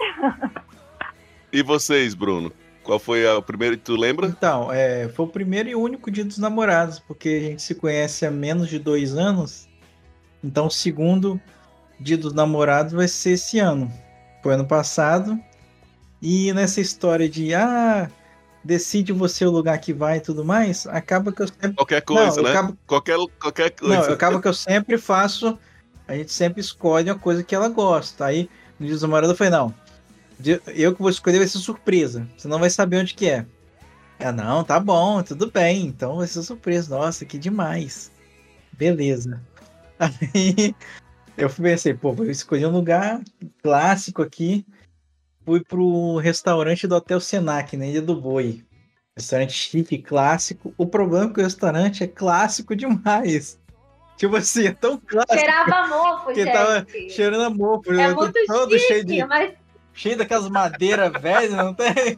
E vocês, Bruno? Qual foi o primeiro que tu lembra? Então, foi o primeiro e único Dia dos Namorados, porque a gente se conhece há menos de 2 anos. Então, o segundo Dia dos Namorados vai ser esse ano. Foi ano passado. E nessa história de, decide você o lugar que vai e tudo mais, acaba que eu sempre... Qualquer coisa, né? Qualquer coisa. Não, acaba que eu sempre faço... A gente sempre escolhe uma coisa que ela gosta. Aí, no Dia dos Namorados, eu falei, não, eu que vou escolher vai ser surpresa. Você não vai saber onde que é. Não, tá bom, tudo bem. Então vai ser surpresa. Nossa, que demais. Beleza. Aí eu pensei, vou escolher um lugar clássico aqui. Fui pro restaurante do Hotel Senac, na Ilha do Boi. Restaurante chique, clássico. O problema é que o restaurante é clássico demais. Tipo assim, é tão clássico. Cheirava mofo, que gente. Tava cheirando a mofo. É muito todo chique, cheio daquelas madeiras velhas, não tem?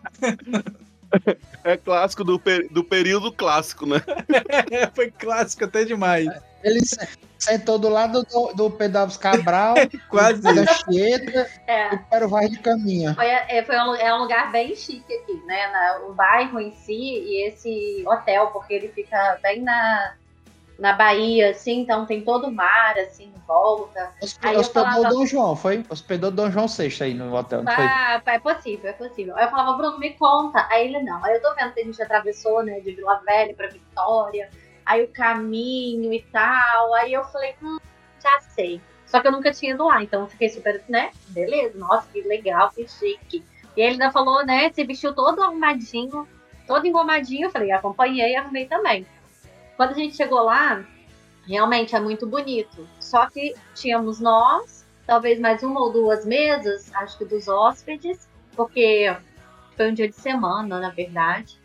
É clássico do período clássico, né? Foi clássico até demais. Ele sentou do lado do Pedro Alves Cabral, quase da Chieta, e para o Vaz de Caminha. É um lugar bem chique aqui, né? O bairro em si e esse hotel, porque ele fica bem na Bahia, assim, então tem todo o mar, assim, em volta. Hospedou o Dom João, foi? Hospedou o Dom João VI aí no hotel, não foi? É possível. Aí eu falava, Bruno, me conta. Aí ele, não. Aí eu tô vendo que a gente atravessou, né, de Vila Velha pra Vitória, aí o caminho e tal. Aí eu falei, já sei. Só que eu nunca tinha ido lá, então eu fiquei super, né, beleza, nossa, que legal, que chique. E ele ainda falou, né, se vestiu todo arrumadinho, todo engomadinho. Eu falei, acompanhei e arrumei também. Quando a gente chegou lá, realmente é muito bonito. Só que tínhamos nós, talvez mais 1 ou 2 mesas, acho que dos hóspedes, porque foi um dia de semana, na verdade.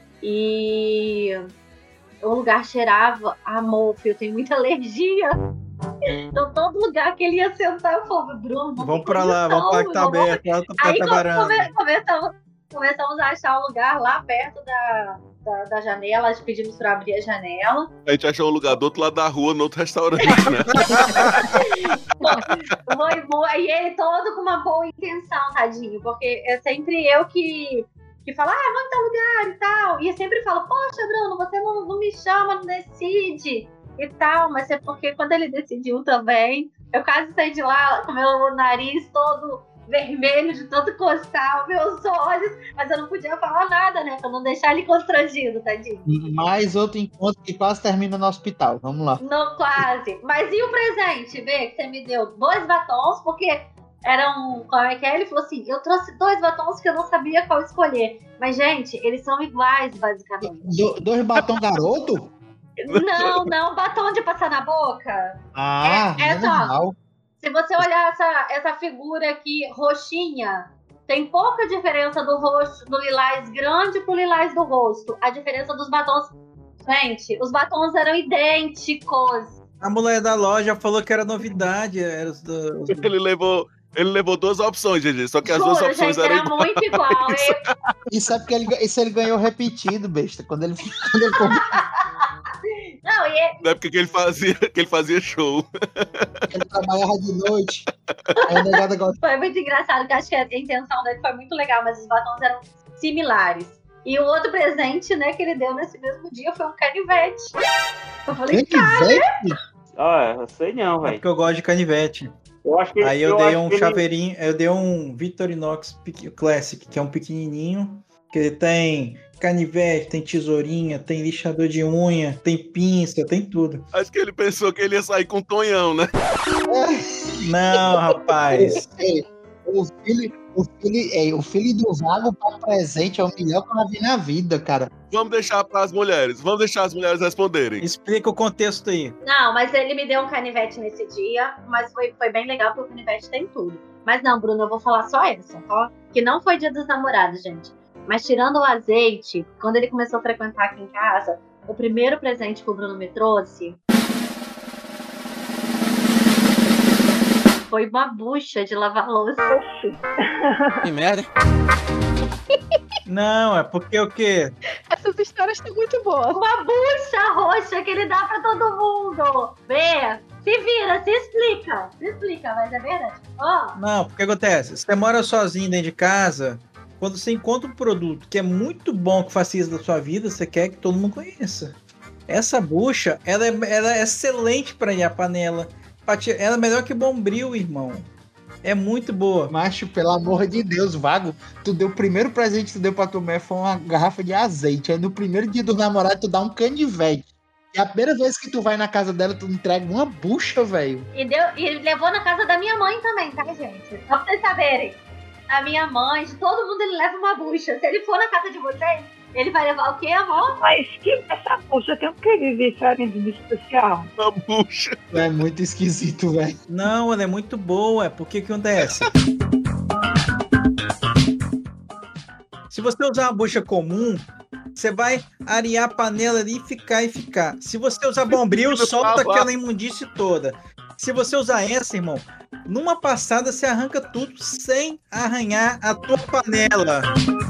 E o lugar cheirava a mofo, eu tenho muita alergia. Então todo lugar que ele ia sentar, eu falava, Bruno, vamos pra lá, vamos pra que tá aberto. Aí começamos a achar um lugar lá perto da janela, pedimos pra abrir a janela. A gente achou um lugar do outro lado da rua, no outro restaurante, né? E ele todo com uma boa intenção, tadinho, porque é sempre eu que falo, vamos em tal lugar e tal. E eu sempre falo, poxa, Bruno, você não me chama, não decide e tal. Mas é porque quando ele decidiu também, eu quase saí de lá com meu nariz todo vermelho, de tanto coçar os meus olhos, mas eu não podia falar nada, né, pra não deixar ele constrangido, tadinho. Mais outro encontro que quase termina no hospital, vamos lá. Não, quase. Mas e o presente, Bê, que você me deu? 2 batons, porque eram, como é que é? Ele falou assim, eu trouxe 2 batons que eu não sabia qual escolher. Mas, gente, eles são iguais, basicamente. 2 batons garoto? Não, batom de passar na boca. É só. Se você olhar essa figura aqui, roxinha, tem pouca diferença do rosto do lilás grande pro lilás do rosto. A diferença dos batons... Gente, os batons eram idênticos. A mulher da loja falou que era novidade. Ele levou 2 opções, gente, só que as 2 opções eram iguais. Muito igual. Isso é porque ele ganhou repetido, besta. Quando ele Não é porque ele fazia show. Ele trabalhava de noite. Foi muito engraçado, porque acho que a intenção dele foi muito legal, mas os batons eram similares. E o outro presente, né, que ele deu nesse mesmo dia foi um canivete. Eu falei, cara... eu sei não, velho. É porque eu gosto de canivete. Aí eu dei um chaveirinho, eu dei um Victorinox Classic, que é um pequenininho, que ele tem canivete, tem tesourinha, tem lixador de unha, tem pinça, tem tudo. Acho que ele pensou que ele ia sair com Tonhão, né? Não, rapaz. O filho do Vago para presente é o melhor que eu já vi na vida, cara. Vamos deixar para as mulheres. Vamos deixar as mulheres responderem. Explica o contexto aí. Não, mas ele me deu um canivete nesse dia, mas foi bem legal porque o canivete tem tudo. Mas não, Bruno, eu vou falar só essa, ó. Que não foi Dia dos Namorados, gente. Mas tirando o azeite, quando ele começou a frequentar aqui em casa, o primeiro presente que o Bruno me trouxe Foi uma bucha de lavar louça. Que merda. Não, é porque o quê? Essas histórias estão muito boas. Uma bucha roxa que ele dá pra todo mundo. Vê, se vira, se explica. Se explica, mas é verdade. Ó. Não, porque acontece? Você mora sozinho dentro de casa, quando você encontra um produto que é muito bom, que facilita a sua vida, você quer que todo mundo conheça. Essa bucha, ela é excelente para ir a panela. Ela é melhor que Bombril, irmão. É muito boa. Macho, pelo amor de Deus, Vago, tu deu o primeiro presente que tu deu pra tua mulher foi uma garrafa de azeite. Aí no primeiro dia do namorado tu dá um canivete. E a primeira vez que tu vai na casa dela, tu entrega uma bucha, velho. E levou na casa da minha mãe também, tá, gente? Só pra vocês saberem. A minha mãe, de todo mundo, ele leva uma bucha. Se ele for na casa de vocês, ele vai levar o quê, amor? Mas que essa bucha tem um que de diferente de especial? Uma bucha. É muito esquisito, velho. Não, ela é muito boa. Porque que acontece? Se você usar uma bucha comum, você vai arear a panela ali e ficar. Se você usar Bombril, solta aquela imundície toda. Se você usar essa, irmão, numa passada você arranca tudo sem arranhar a tua panela.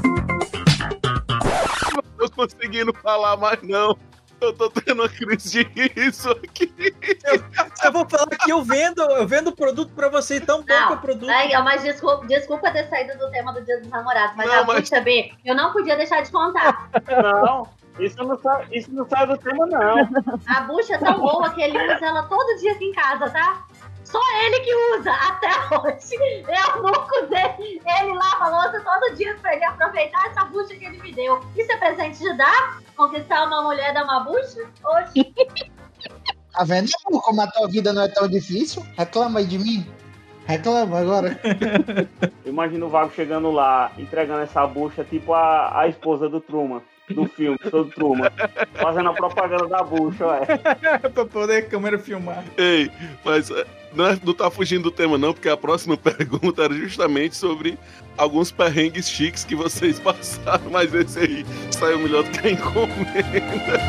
Não tô conseguindo falar mais, não. Eu tô tendo uma crise de riso aqui. Eu vou falar que eu vendo produto pra você, tão bom que é o produto. Mas desculpa ter saído do tema do Dia dos Namorados, mas a bucha B, eu não podia deixar de contar. Não, isso não sai do tema, não. A bucha é tão boa que ele usa ela todo dia aqui em casa, tá? Só ele que usa, até hoje. Eu nunca usei. Ele lava a louça todo dia pra ele aproveitar essa bucha que ele me deu. Isso é presente de dar? Conquistar uma mulher dar uma bucha? Oxi. Tá vendo, amor, como a tua vida não é tão difícil? Reclama aí de mim. Reclama agora. Imagina o Vago chegando lá, entregando essa bucha, tipo a esposa do Truman, do filme, todo Truman, fazendo a propaganda da bucha, ué. Pra poder a câmera filmar. Ei, mas não tá fugindo do tema, não, porque a próxima pergunta era justamente sobre alguns perrengues chiques que vocês passaram, mas esse aí saiu melhor do que a encomenda.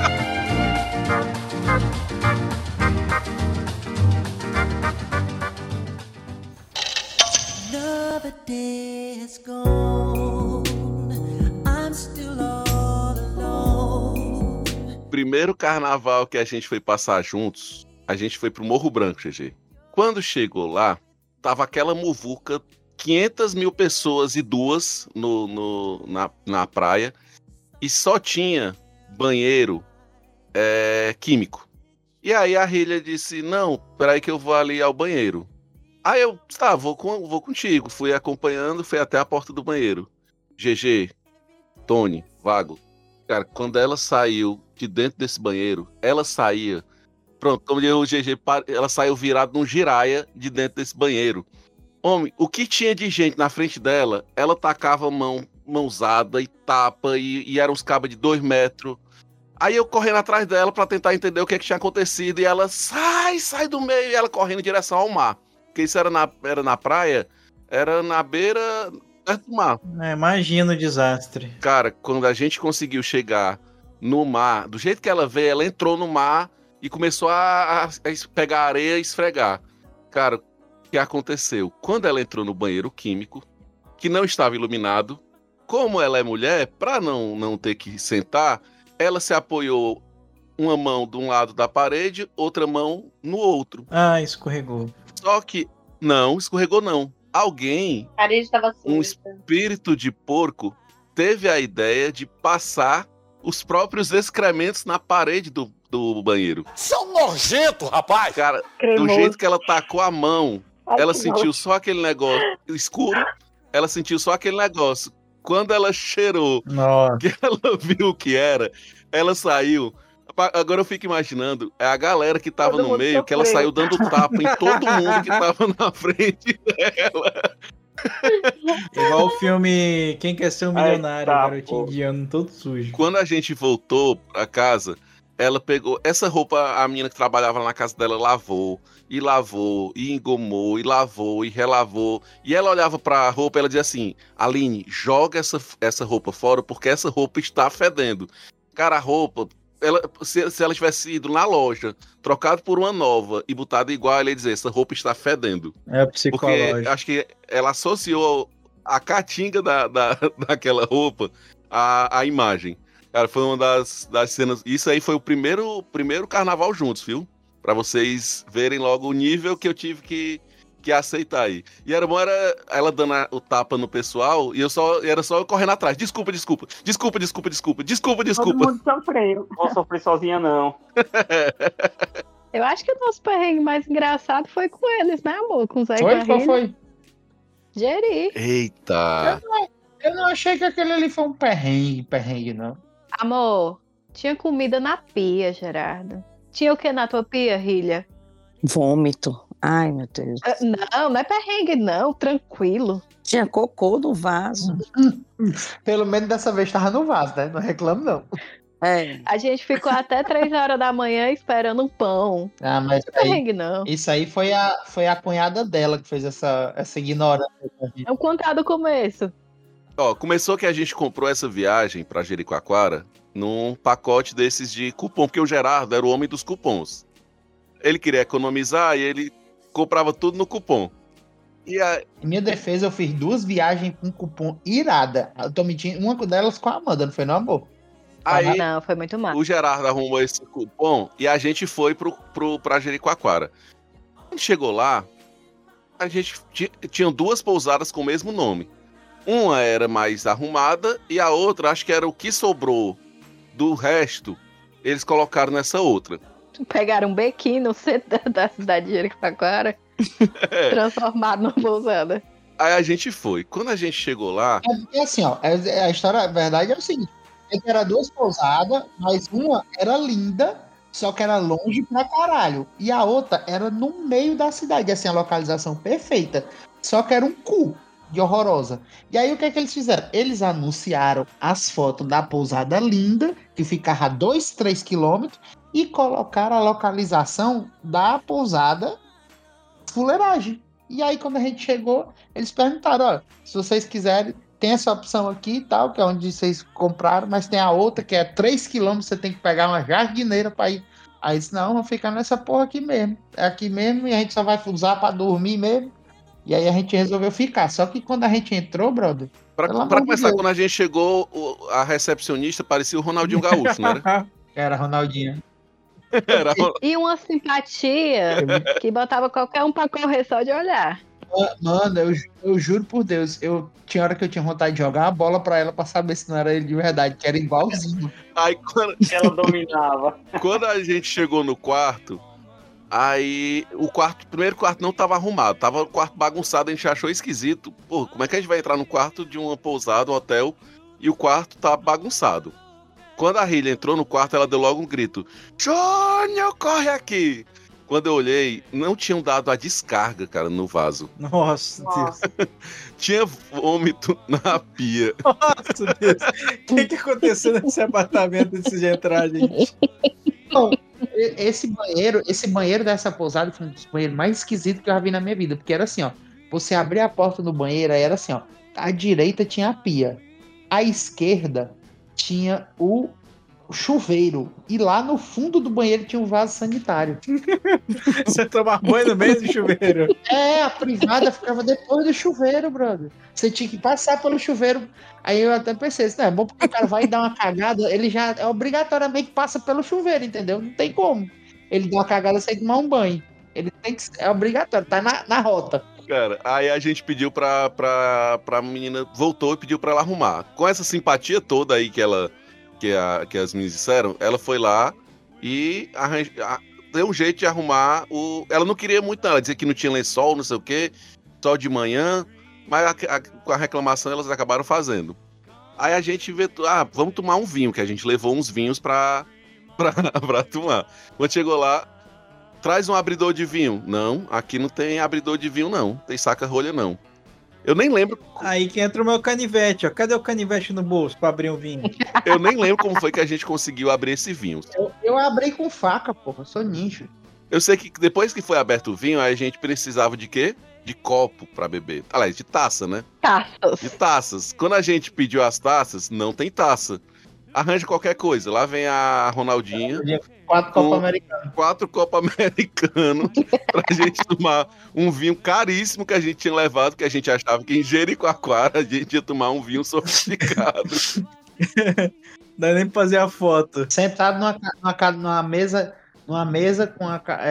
Another day is gone. I'm still all alone. Primeiro carnaval que a gente foi passar juntos, a gente foi pro Morro Branco, GG. Quando chegou lá, tava aquela muvuca, 500 mil pessoas e duas na praia, e só tinha banheiro químico. E aí a Rilha disse, não, peraí que eu vou ali ao banheiro. Aí eu, tá, vou contigo. Fui acompanhando, fui até a porta do banheiro. GG, Tony, Vago. Cara, quando ela saiu de dentro desse banheiro, ela saía... Pronto, como o GG, ela saiu virada num giraia de dentro desse banheiro. Homem, o que tinha de gente na frente dela, ela tacava mãozada e tapa, e eram uns cabos de 2 metros. Aí eu correndo atrás dela pra tentar entender o que tinha acontecido, e ela, sai do meio, e ela correndo em direção ao mar. Porque isso era na praia, era na beira, perto do mar. Imagina o desastre. Cara, quando a gente conseguiu chegar no mar, do jeito que ela veio, ela entrou no mar e começou a pegar areia e esfregar. Cara, o que aconteceu? Quando ela entrou no banheiro químico, que não estava iluminado, como ela é mulher, pra não ter que sentar, ela se apoiou uma mão de um lado da parede, outra mão no outro. Ah, escorregou. Só que, não, escorregou não. Alguém, um espírito de porco, teve a ideia de passar os próprios excrementos na parede do banheiro. São nojento, rapaz! Cara, do jeito que ela tacou a mão, ela sentiu só aquele negócio escuro, ela sentiu só aquele negócio. Quando ela cheirou, que ela viu o que era, ela saiu. Agora eu fico imaginando, é a galera que tava no meio, que ela saiu dando tapa em todo mundo que tava na frente dela. Igual o filme Quem Quer Ser um Milionário, garotinho indiano, todo sujo. Quando a gente voltou pra casa, ela pegou essa roupa, a menina que trabalhava lá na casa dela lavou, e engomou, e lavou, e relavou. E ela olhava pra roupa e ela dizia assim, Aline, joga essa roupa fora, porque essa roupa está fedendo. Cara, a roupa se ela tivesse ido na loja, trocado por uma nova e botado igual, ela ia dizer, essa roupa está fedendo. É Porque psicológico. acho que ela associou a caatinga daquela roupa à imagem. Cara, foi uma das cenas... Isso aí foi o primeiro carnaval juntos, viu? Pra vocês verem logo o nível que eu tive que aceitar aí. E era bom, era ela dando o tapa no pessoal e era só eu correndo atrás. Desculpa. Todo mundo sofreu. Não sofri sozinha, não. Eu acho que o nosso perrengue mais engraçado foi com eles, né, amor? Com o Zé e Foi? Qual Barrilha. foi? Geri. Eita! Eu não achei que aquele ali foi um perrengue, não. Amor, tinha comida na pia, Gerardo. Tinha o que na tua pia, Rilha? Vômito. Ai, meu Deus. Não é perrengue, não. Tranquilo. Tinha cocô no vaso. Pelo menos dessa vez tava no vaso, né? Não reclamo, não. É. A gente ficou até 3 horas da manhã esperando um pão. Ah, mas Não é perrengue, não. isso aí foi a cunhada dela que fez essa ignorância. É um contar do começo. Ó, começou que a gente comprou essa viagem pra Jericoacoara num pacote desses de cupom, porque o Gerardo era o homem dos cupons. Ele queria economizar e ele comprava tudo no cupom. Em minha defesa, eu fiz 2 viagens com cupom irada. Eu tô mentindo, uma delas com a Amanda, não foi não, amor? Aí, Não, foi muito mal. o Gerardo arrumou esse cupom e a gente foi pra Jericoacoara. Quando chegou lá, a gente tinha 2 pousadas com o mesmo nome. Uma era mais arrumada e a outra, acho que era o que sobrou do resto, eles colocaram nessa outra. Pegaram um bequinho no centro da cidade de Jericoacoara, transformado numa pousada. Aí a gente foi. Quando a gente chegou lá... É assim, ó, a história, a verdade é o seguinte, era 2 pousadas, mas uma era linda, só que era longe pra caralho. E a outra era no meio da cidade, assim, a localização perfeita. Só que era um cu de horrorosa. E aí o que é que eles fizeram? Eles anunciaram as fotos da pousada linda, que ficava a 2-3 quilômetros, e colocaram a localização da pousada fuleiragem. E aí quando a gente chegou, eles perguntaram, ó, se vocês quiserem, tem essa opção aqui e tal, que é onde vocês compraram, mas tem a outra que é 3 quilômetros, você tem que pegar uma jardineira pra ir. Aí disse, não, vamos ficar nessa porra aqui mesmo. É aqui mesmo e a gente só vai usar pra dormir mesmo. E aí a gente resolveu ficar. Só que quando a gente entrou, brother... Pra começar, quando a gente chegou, a recepcionista parecia o Ronaldinho Gaúcho, não era? Era Ronaldinho. E uma simpatia que botava qualquer um pra correr só de olhar. Mano, eu juro por Deus, tinha hora que eu tinha vontade de jogar a bola pra ela pra saber se não era ele de verdade, que era igualzinho. Aí quando ela dominava. Quando a gente chegou no quarto, aí o primeiro quarto não tava arrumado, tava o quarto bagunçado, a gente achou esquisito. Pô, como é que a gente vai entrar no quarto de uma pousada, um hotel, e o quarto tá bagunçado? Quando a Rilha entrou no quarto, ela deu logo um grito: Júnior, corre aqui! Quando eu olhei, não tinham dado a descarga, cara, no vaso. Nossa, Deus. Tinha vômito na pia. Nossa, Deus. O que aconteceu nesse apartamento antes de entrar, gente? Bom, esse banheiro dessa pousada foi um dos banheiros mais esquisitos que eu já vi na minha vida. Porque era assim, ó. Você abria a porta do banheiro, aí era assim, ó. À direita tinha a pia. À esquerda tinha o chuveiro. E lá no fundo do banheiro tinha um vaso sanitário. Você tomava banho no meio do chuveiro? É, a privada ficava depois do chuveiro, brother. Você tinha que passar pelo chuveiro. Aí eu até pensei, isso não é bom porque o cara vai dar uma cagada, ele já obrigatoriamente passa pelo chuveiro, entendeu? Não tem como. Ele dá uma cagada sem tomar um banho. Ele tem que, é obrigatório, tá na rota. Cara, aí a gente pediu pra menina, voltou e pediu pra ela arrumar. Com essa simpatia toda aí que as meninas disseram, ela foi lá e deu um jeito de arrumar ela não queria muito, não. Ela dizia que não tinha lençol, não sei o quê, só de manhã, mas com a reclamação elas acabaram fazendo. Aí a gente inventou, vamos tomar um vinho, que a gente levou uns vinhos pra tomar. Quando chegou lá, traz um abridor de vinho. Não, aqui não tem abridor de vinho, não. Tem saca-rolha, não. Eu nem lembro. Aí que entra o meu canivete, ó. Cadê o canivete no bolso pra abrir um vinho? Eu nem lembro como foi que a gente conseguiu abrir esse vinho. Eu abri com faca, porra. Eu sou ninja. Eu sei que depois que foi aberto o vinho, a gente precisava de quê? De copo pra beber. Aliás, de taça, né? Taças. De taças. Quando a gente pediu as taças, não tem taça. arranja qualquer coisa. Lá vem a Ronaldinha. 4 Copa Americana. 4 Copa Americano pra gente tomar um vinho caríssimo que a gente tinha levado, que a gente achava que em Jericoacoara a gente ia tomar um vinho sofisticado. Dá nem pra fazer a foto. Sentado numa mesa com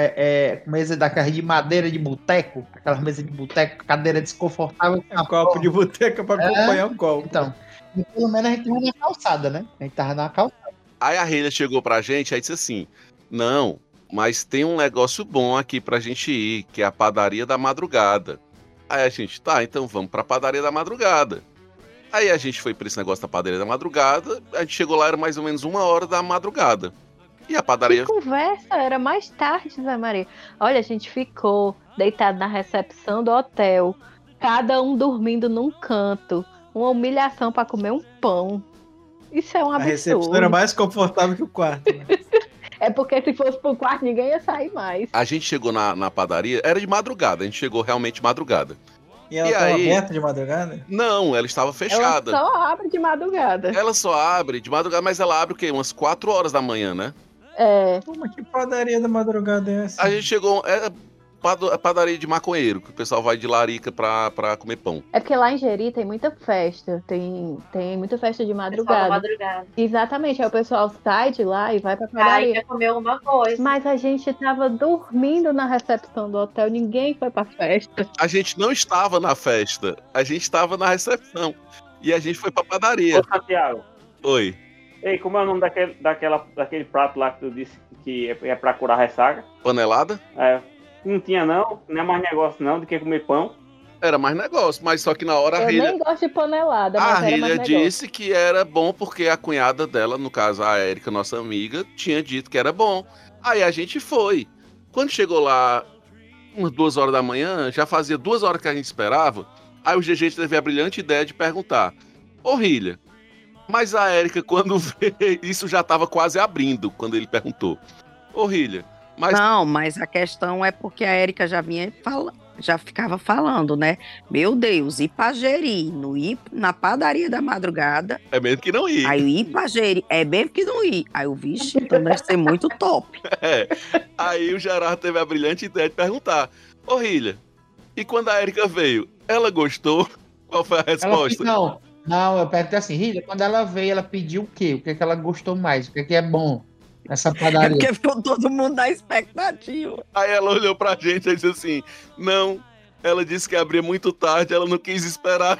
com mesa daquela de madeira de boteco, aquela mesa de boteco, cadeira desconfortável. Um copo de boteca pra acompanhar o copo. Então, pelo menos a gente tava na calçada, né? A gente tava na calçada. Aí a Reina chegou pra gente, aí disse assim, não, mas tem um negócio bom aqui pra gente ir, que é a padaria da madrugada. Aí a gente, tá, então vamos pra padaria da madrugada. Aí a gente foi pra esse negócio da padaria da madrugada, a gente chegou lá, era mais ou menos 1h da madrugada. E a padaria... Que conversa, era mais tarde, Zé Maria. Olha, a gente ficou deitado na recepção do hotel, cada um dormindo num canto, uma humilhação pra comer um pão. Isso é um absurdo. A recepção era mais confortável que o quarto. Né? É porque se fosse pro quarto, ninguém ia sair mais. A gente chegou na padaria, era de madrugada, a gente chegou realmente de madrugada. E ela estava aberta de madrugada? Não, ela estava fechada. Ela só abre de madrugada. Ela só abre de madrugada, mas ela abre o quê? Umas 4h da manhã, né? É. Mas que padaria da madrugada é essa? A gente chegou... padaria de maconheiro, que o pessoal vai de larica pra comer pão. É porque lá em Jeri tem muita festa, tem muita festa de madrugada. Madrugada. Exatamente, aí o pessoal sai de lá e vai pra padaria. Aí quer comer uma coisa. Mas a gente tava dormindo na recepção do hotel, ninguém foi pra festa. A gente não estava na festa, a gente estava na recepção. E a gente foi pra padaria. Ô, Santiago. Oi. Ei, como é o nome daquele prato lá que tu disse que é pra curar ressaca? Panelada? É. Não tinha não é mais negócio não do que comer pão. Era mais negócio, mas só que na hora Eu nem gosto de panelada, mas a era mais Rília negócio. disse que era bom porque a cunhada dela, no caso a Érica, nossa amiga, tinha dito que era bom. Aí a gente foi. Quando chegou lá, umas 2h da manhã, já fazia 2 horas que a gente esperava, aí o GG teve a brilhante ideia de perguntar, ô Rília, mas a Érica quando veio, isso já estava quase abrindo, quando ele perguntou, ô Rília, Não, mas a questão é porque a Érica já ficava falando, né? Meu Deus, ir pra Jeri, não ir na padaria da madrugada. É mesmo que não ir. Aí ir pra Jeri, é mesmo que não ir. Aí o vixe, então deve ser muito top. É. Aí o Gerardo teve a brilhante ideia de perguntar, ô Rília, e quando a Érica veio, ela gostou? Qual foi a resposta? Não, eu perguntei assim, Rília, quando ela veio, ela pediu o quê? O que ela gostou mais? O que é bom? Essa padaria. É porque ficou todo mundo na expectativa. Aí ela olhou pra gente e disse assim, não, ela disse que abria muito tarde, ela não quis esperar,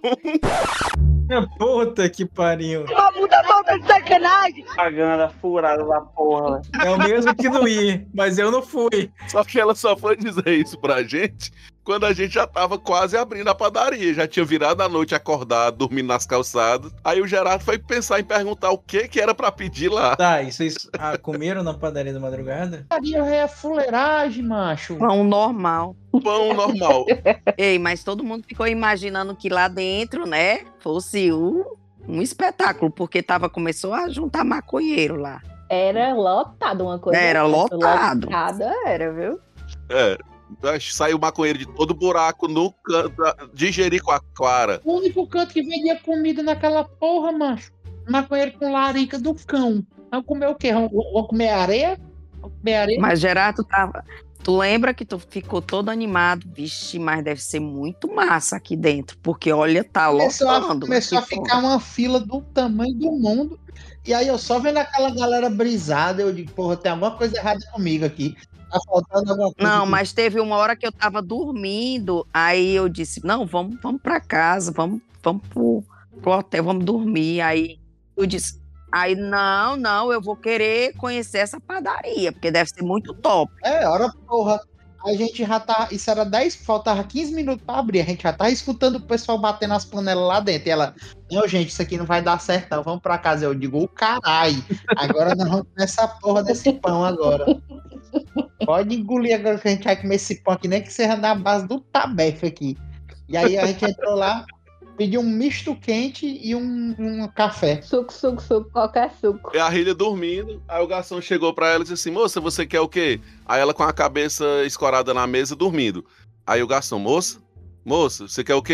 não. Puta que pariu. Uma puta falta de sacanagem. Pagando furada da porra. É o mesmo que não ir, mas eu não fui. Só que ela só foi dizer isso pra gente quando a gente já tava quase abrindo a padaria. Já tinha virado a noite acordado, dormindo nas calçadas. Aí o Gerardo foi pensar em perguntar o que era pra pedir lá. Tá, e vocês comeram na padaria da madrugada? Padaria é fuleiragem, macho. Pão normal. Pão normal. Ei, mas todo mundo ficou imaginando que lá dentro, né, fosse um espetáculo, porque começou a juntar maconheiro lá. Era lotado uma coisa. Era lotado. Lotada era, viu? É. Saiu maconheiro de todo buraco no canto de Jericoacoara. O único canto que vendia comida naquela porra, macho. Maconheiro com larica do cão. Vamos comer o quê? Vamos comer areia? Vamos comer areia? Mas Gerardo tu lembra que tu ficou todo animado? Vixe, mas deve ser muito massa aqui dentro, porque olha, tá lotando. Começou a ficar uma fila do tamanho do mundo. E aí eu só vendo aquela galera brisada, eu digo, porra, tem alguma coisa errada comigo aqui. Tá faltando alguma coisa. Não, aqui. mas teve uma hora que eu tava dormindo, aí eu disse, não, vamos pra casa, vamos pro hotel, vamos dormir. Aí eu disse, não, eu vou querer conhecer essa padaria, porque deve ser muito top. Hora porra. A gente já tá. Isso era 10, faltava 15 minutos pra abrir. A gente já tá escutando o pessoal batendo as panelas lá dentro. E ela, não, gente, isso aqui não vai dar certo, não. Vamos pra casa. Eu digo, caralho. Agora nós vamos comer essa porra desse pão agora. Pode engolir agora que a gente vai comer esse pão aqui, nem que seja na base do tabefe aqui. E aí a gente entrou lá, pediu um misto quente e um café. Suco, qualquer suco. E a Rília dormindo, aí o garçom chegou pra ela e disse assim, moça, você quer o quê? Aí ela com a cabeça escorada na mesa, dormindo. Aí o garçom, moça, você quer o quê?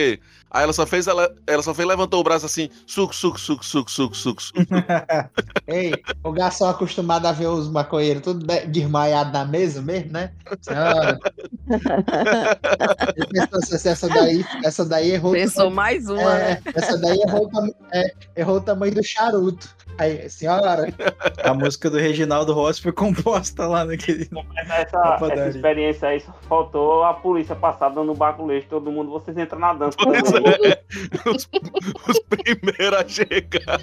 Aí ela só fez levantou o braço assim, suco. Ei, o garçom acostumado a ver os maconheiros tudo desmaiado na mesa mesmo, né? Senhora. Ele pensou assim, essa daí errou. Pensou mais uma, né? Essa daí errou o tamanho do charuto. Aí, senhora. A música do Reginaldo Rossi foi composta lá naquele. Essa experiência aí só faltou a polícia passar dando baculejo, todo mundo, vocês entram na dança. Os primeiros a chegar.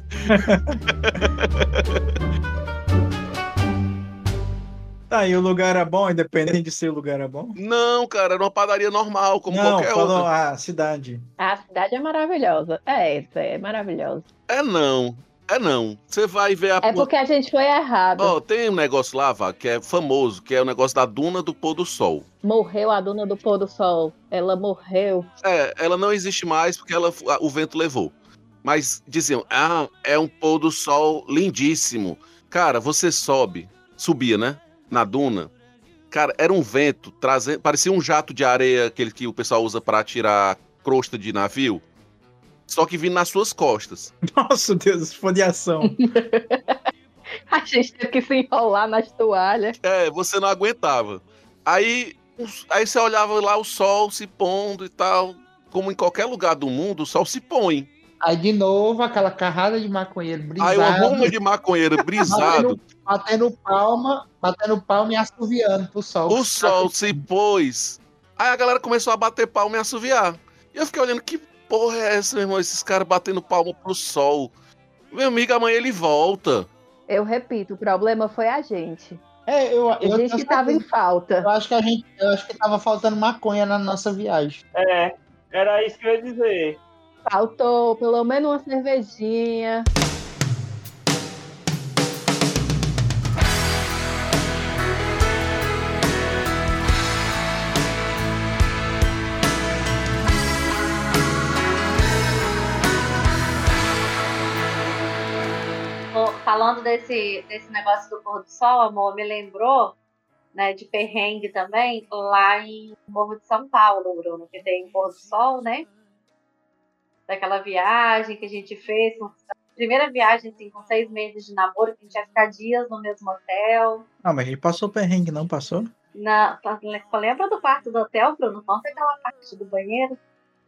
Tá, e o lugar era bom, independente de ser o lugar era bom? Não, cara, era uma padaria normal, como qualquer falou outra. a cidade. A cidade é maravilhosa. É maravilhosa. É não. Você vai ver a... É porque a gente foi errado. Ó, tem um negócio lá, Vá, que é famoso, que é o negócio da Duna do Pôr do Sol. Morreu a Duna do Pôr do Sol. Ela morreu. Ela não existe mais porque o vento levou. Mas diziam, é um pôr do sol lindíssimo. Cara, você subia, né? Na duna. Cara, era um vento, parecia um jato de areia, aquele que o pessoal usa pra tirar crosta de navio. Só que vindo nas suas costas. Nossa, Deus, folhação. A gente teve que se enrolar nas toalhas. Você não aguentava. Aí você olhava lá o sol se pondo e tal. Como em qualquer lugar do mundo, o sol se põe. Aí de novo, aquela carrada de maconheiro brisado. Aí uma ruma de maconheiro brisado. batendo palma e assoviando pro sol. O sol se pôs. Aí a galera começou a bater palma e assoviar. E eu fiquei olhando, que porra é essa, meu irmão? Esses caras batendo palma pro sol. Meu amigo, amanhã ele volta. Eu repito, o problema foi a gente. A gente que tava em falta. Eu acho que tava faltando maconha na nossa viagem. Era isso que eu ia dizer. Faltou pelo menos uma cervejinha. Falando desse negócio do pôr do sol, amor, me lembrou, né, de perrengue também, lá em Morro de São Paulo, Bruno, que tem pôr do sol, né? Daquela viagem que a gente fez, primeira viagem, assim, com 6 meses de namoro, que a gente ia ficar dias no mesmo hotel. Mas a gente passou perrengue, não passou? Lembra do quarto do hotel, Bruno? Conta aquela parte do banheiro?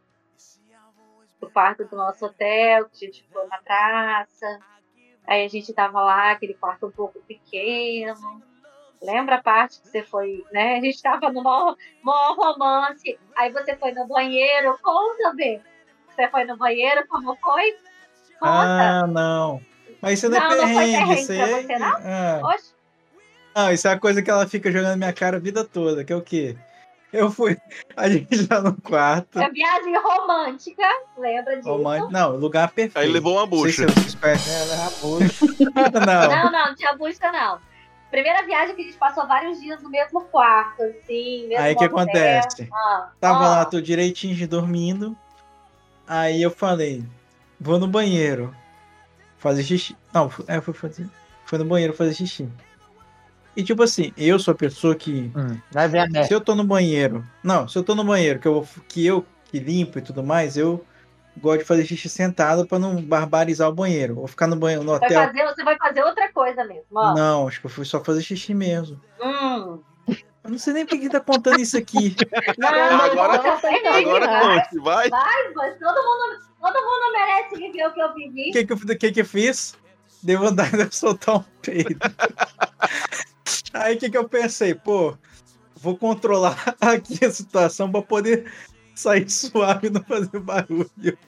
Do quarto do nosso hotel, que a gente ficou na praça. Aí a gente tava lá, aquele quarto um pouco pequeno. Lembra a parte que você foi, né? A gente tava no maior romance. Aí você foi no banheiro. Conta, Bê. Você foi no banheiro, como foi? Conta. Não. Mas isso não é perrengue. Não foi perrengue isso pra você, não? Oxe. Não, isso é uma coisa que ela fica jogando na minha cara a vida toda, que é o quê? A gente tá no quarto. É viagem romântica, lembra disso? Não, lugar perfeito. Aí levou uma bucha. Levar bucha. Não tinha bucha, não. Primeira viagem que a gente passou vários dias no mesmo quarto, assim, mesmo Aí o que hotel. acontece? Tava lá, tô direitinho dormindo. Aí eu falei, vou no banheiro fazer xixi. Não, foi no banheiro fazer xixi. E tipo assim, eu sou a pessoa que... Vai ver a merda. Se eu tô no banheiro... Não, se eu tô no banheiro, que eu limpo e tudo mais, eu gosto de fazer xixi sentado pra não barbarizar o banheiro. Vou ficar no banheiro, no hotel... Você vai fazer outra coisa mesmo, ó. Não, acho que eu fui só fazer xixi mesmo. Eu não sei nem por que tá contando isso aqui. Agora conte, vai. Vai, mas todo mundo merece viver o que eu vivi. O que eu fiz? Deu vontade de soltar um peido. Aí o que eu pensei? Pô, vou controlar aqui a situação pra poder sair suave e não fazer barulho.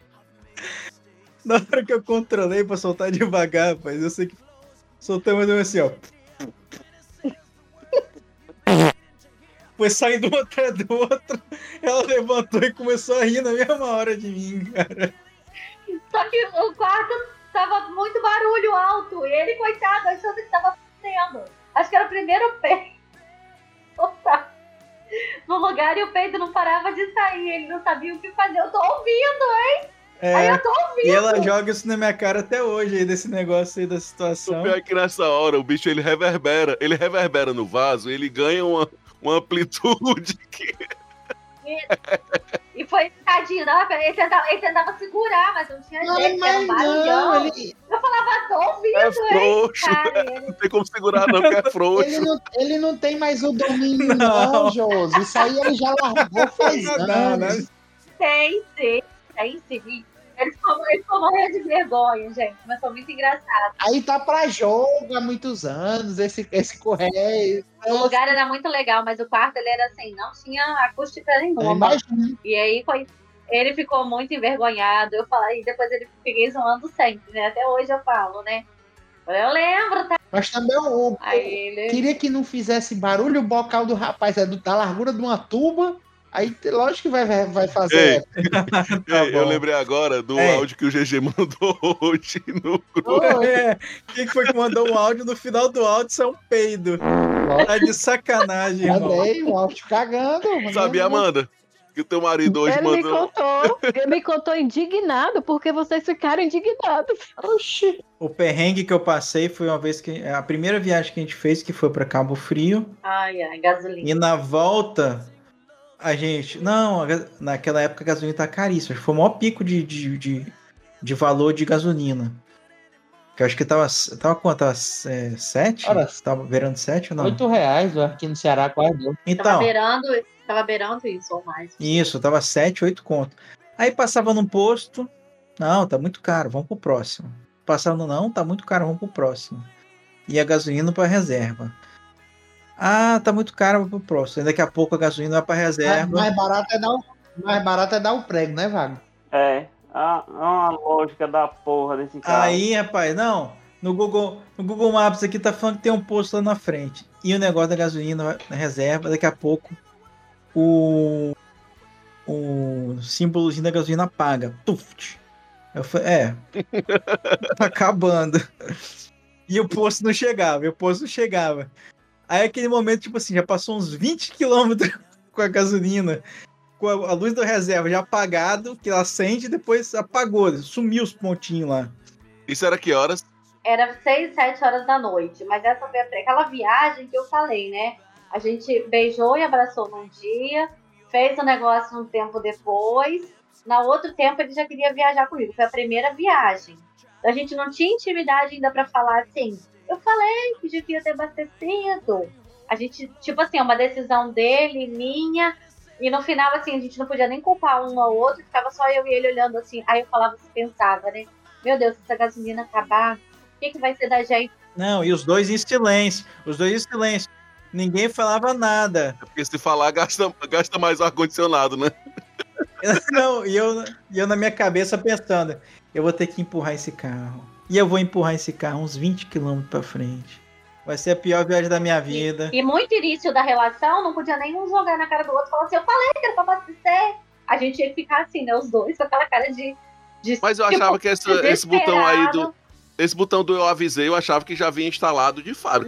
Na hora que eu controlei pra soltar devagar, rapaz, eu sei que soltamos assim, ó. Foi saindo uma atrás do outro. Ela levantou e começou a rir na mesma hora de mim, cara. Só que o quarto tava muito barulho alto. E ele, coitado, achou que tava fazendo. Acho que era o primeiro peito. No lugar e o peito não parava de sair. Ele não sabia o que fazer. Eu tô ouvindo, hein? Aí eu tô ouvindo. E ela joga isso na minha cara até hoje, aí, desse negócio aí, da situação. O pior é que nessa hora o bicho ele reverbera no vaso, ele ganha uma amplitude que... E foi, tadinho, não, ele tentava segurar, mas não tinha jeito, era um barulhão. Eu falava, tô ouvindo, É frouxo, não tem como segurar não, porque é frouxo. Ele não tem mais o domínio, não, Josi. Isso aí ele já largou faz anos. Tem sim. Ele ficou morrendo de vergonha, gente, mas foi muito engraçado. Aí tá pra jogo há muitos anos, esse correio. O lugar era muito legal, mas o quarto ele era assim, não tinha acústica nenhuma. E aí ele ficou muito envergonhado. Eu falei, e depois ele fiquei zoando sempre, né? Até hoje eu falo, né? Eu lembro, tá? Mas também eu queria que não fizesse barulho, o bocal do rapaz é da largura de uma tuba. Aí, lógico que vai fazer. Eu lembrei agora do áudio que o GG mandou hoje no grupo. Quem foi que mandou um áudio? No final do áudio, isso é um peido. Tá de sacanagem, irmão. Mandei um áudio cagando. Sabia, Amanda? Que o teu marido hoje mandou. Ele me contou indignado, porque vocês ficaram indignados. Oxi. O perrengue que eu passei foi uma vez que... A primeira viagem que a gente fez, que foi pra Cabo Frio. Ai, gasolina. E na volta... A gente... Não, naquela época a gasolina tá caríssima. Foi o maior pico de valor de gasolina. Que eu acho que tava quanto? Tava 7? Tava beirando 7 ou não? R$8 aqui no Ceará, quase deu. Então, tava beirando isso ou mais. Isso, tava 7, 8 conto. Aí passava num posto. Não, tá muito caro, vamos pro próximo. Passava no não, tá muito caro, vamos pro próximo. E a gasolina pra reserva. Ah, tá muito caro, vou pro próximo. Daqui a pouco a gasolina vai pra reserva. Mais barato é dar o prego, né, Vago? É uma lógica da porra desse cara. Aí, rapaz, não. No Google Maps aqui tá falando que tem um posto lá na frente. E o negócio da gasolina na reserva, daqui a pouco o símbolozinho da gasolina apaga. Tuft. Eu falei, tá acabando. E o posto não chegava. Aí aquele momento, tipo assim, já passou uns 20 quilômetros com a gasolina, com a luz da reserva já apagado, que ela acende e depois apagou, sumiu os pontinhos lá. Isso era que horas? Era 6, 7 horas da noite, mas essa foi aquela viagem que eu falei, né? A gente beijou e abraçou num dia, fez o negócio um tempo depois, no outro tempo ele já queria viajar comigo, foi a primeira viagem. A gente não tinha intimidade ainda pra falar assim... Eu falei que devia ter abastecido. A gente, tipo assim, é uma decisão dele, minha. E no final, assim, a gente não podia nem culpar um ao outro. Ficava só eu e ele olhando assim. Aí eu falava, pensava, né? Meu Deus, se essa gasolina acabar, o que vai ser da gente? Não, e os dois em silêncio. Ninguém falava nada. É porque se falar, gasta mais ar-condicionado, né? Não, e eu na minha cabeça pensando, eu vou ter que empurrar esse carro. E eu vou empurrar esse carro uns 20 km pra frente. Vai ser a pior viagem da minha vida. E muito início da relação, não podia nem um jogar na cara do outro e falar assim, eu falei que era pra abastecer. A gente tinha que ficar assim, né, os dois, com aquela cara de Mas eu achava que esse botão aí esse botão do eu avisei, eu achava que já vinha instalado de fábrica,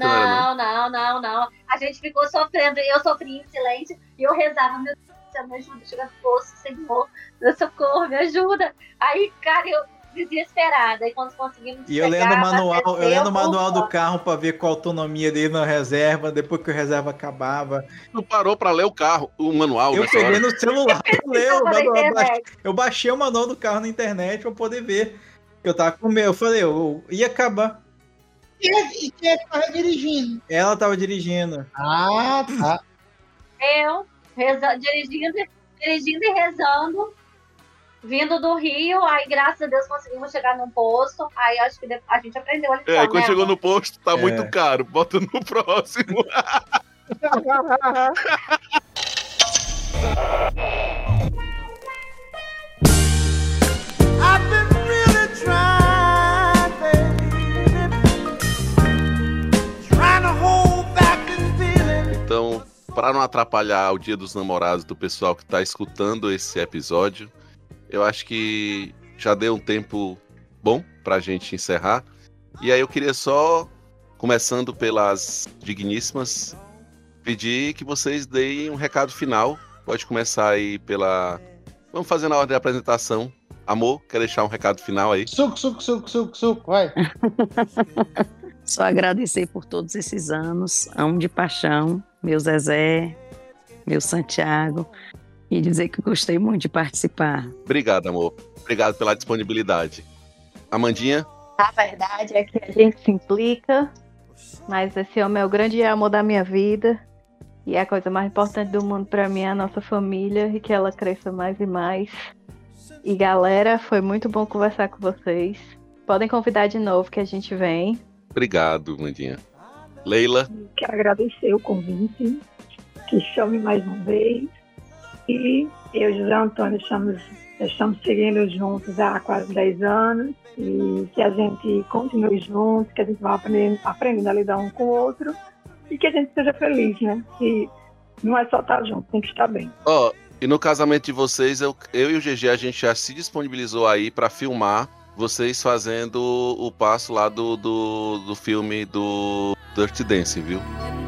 não. A gente ficou sofrendo, eu sofri em silêncio e eu rezava, meu Deus, me ajuda, chega no posto, Senhor, meu socorro, me ajuda. Aí, cara, eu desesperada. E quando conseguimos chegar... E eu lendo o manual do carro pra ver qual a autonomia dele na reserva, depois que a reserva acabava. Tu parou pra ler o manual? Eu peguei no celular pra ler o manual. Eu baixei o manual do carro na internet pra poder ver. Eu tava com medo. Eu falei, eu ia acabar. E quem é que tava dirigindo? Ela tava dirigindo. Ah, tá. Eu dirigindo e rezando. Vindo do Rio, aí graças a Deus conseguimos chegar num posto, aí acho que a gente aprendeu a lição, quando chegou no posto, tá muito caro, bota no próximo. Então, para não atrapalhar o Dia dos Namorados do pessoal que tá escutando esse episódio, eu acho que já deu um tempo bom pra gente encerrar. E aí eu queria só, começando pelas digníssimas, pedir que vocês deem um recado final. Pode começar aí pela... Vamos fazer na ordem da apresentação. Amor, quer deixar um recado final aí? Suco, vai. Só agradecer por todos esses anos. Amo de paixão. Meu Zezé, meu Santiago. E dizer que gostei muito de participar. Obrigado, amor. Obrigado pela disponibilidade. Amandinha? A verdade é que a gente se implica, mas esse homem é o grande amor da minha vida. E a coisa mais importante do mundo pra mim é a nossa família e que ela cresça mais e mais. E galera, foi muito bom conversar com vocês. Podem convidar de novo que a gente vem. Obrigado, Amandinha. Leila? Quero agradecer o convite, que chame mais uma vez. E eu e José Antônio estamos seguindo juntos há quase 10 anos. E que a gente continue juntos, que a gente vá aprendendo a lidar um com o outro. E que a gente seja feliz, né? Que não é só estar junto, tem que estar bem. E no casamento de vocês, eu e o GG, a gente já se disponibilizou aí pra filmar vocês fazendo o passo lá do filme do Dirty Dancing, viu?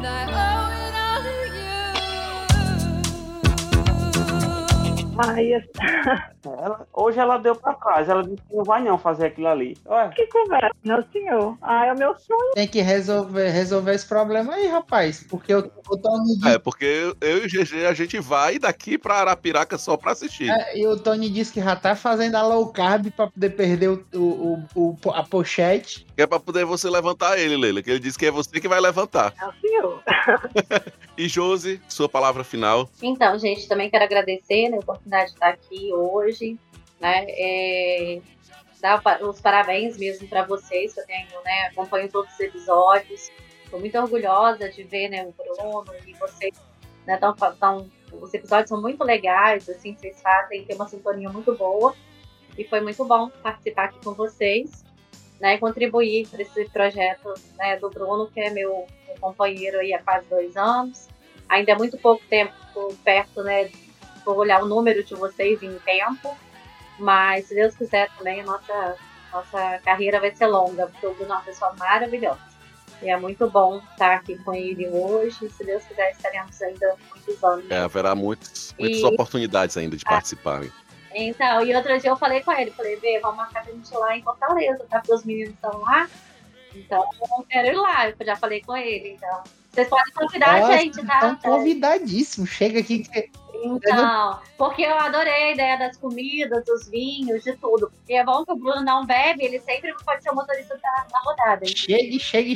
Mas hoje ela deu pra trás, ela disse que não vai não fazer aquilo ali. Ué. Que conversa, meu senhor. É o meu sonho. Tem que resolver esse problema aí, rapaz. Porque o Tony disse... porque eu e o GG, a gente vai daqui pra Arapiraca só pra assistir. E o Tony disse que já tá fazendo a low carb pra poder perder a pochete. Que é pra poder você levantar ele, Leila. Que ele disse que é você que vai levantar. É o senhor. E Josi, sua palavra final. Então, gente, também quero agradecer, né, a oportunidade de estar aqui hoje, né, dar os parabéns mesmo para vocês, que eu tenho, né, acompanho todos os episódios, estou muito orgulhosa de ver, né, o Bruno e vocês, né, os episódios são muito legais, assim, vocês fazem, tem uma sintonia muito boa, e foi muito bom participar aqui com vocês, né, contribuir para esse projeto, né, do Bruno, que é meu companheiro aí há quase 2 anos, ainda é muito pouco tempo perto, né, vou olhar o número de vocês em tempo, mas se Deus quiser também a nossa carreira vai ser longa, porque o Bruno é uma pessoa maravilhosa. E é muito bom estar aqui com ele hoje, se Deus quiser estaremos ainda muitos anos. Haverá muitas oportunidades ainda de participarem. Então, e outro dia eu falei com ele, Vê, vamos marcar pra gente ir lá em Fortaleza, tá? Porque os meninos estão lá, então eu não quero ir lá, eu já falei com ele, então... Vocês podem convidar a gente, tá? Estão convidadíssimos. Chega aqui. Então, porque eu adorei a ideia das comidas, dos vinhos, de tudo. E é bom que o Bruno não bebe, ele sempre pode ser o motorista na rodada. Chegue.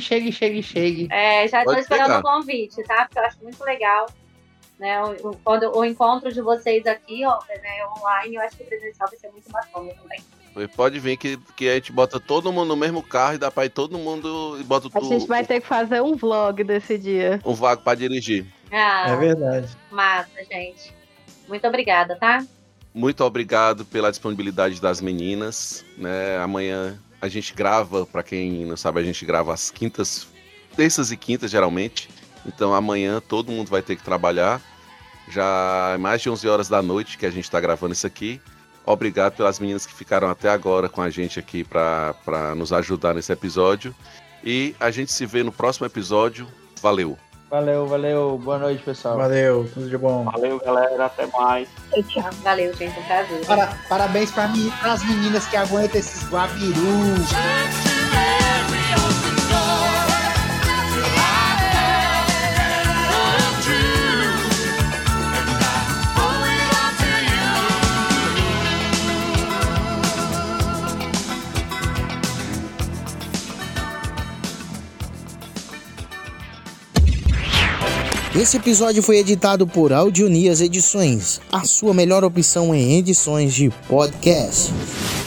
Já estou esperando o convite, tá? Porque eu acho muito legal. Né? Quando o encontro de vocês aqui, né, online, eu acho que o presencial vai ser muito bacana também. Pode vir que a gente bota todo mundo no mesmo carro e dá pra ir todo mundo e bota tudo. A gente vai ter que fazer um vlog desse dia. Um vago pra dirigir. É verdade. Massa, gente. Muito obrigada, tá? Muito obrigado pela disponibilidade das meninas. Né? Amanhã a gente grava, pra quem não sabe, a gente grava às terças e quintas, geralmente. Então amanhã todo mundo vai ter que trabalhar. Já é mais de 11 horas da noite que a gente tá gravando isso aqui. Obrigado pelas meninas que ficaram até agora com a gente aqui para nos ajudar nesse episódio. E a gente se vê no próximo episódio. Valeu. Valeu. Boa noite, pessoal. Valeu, tudo de bom. Valeu, galera. Até mais. Tchau. Valeu, gente. Um prazer. Parabéns para as meninas que aguentam esses guabirus. Esse episódio foi editado por Audionias Edições, a sua melhor opção em edições de podcast.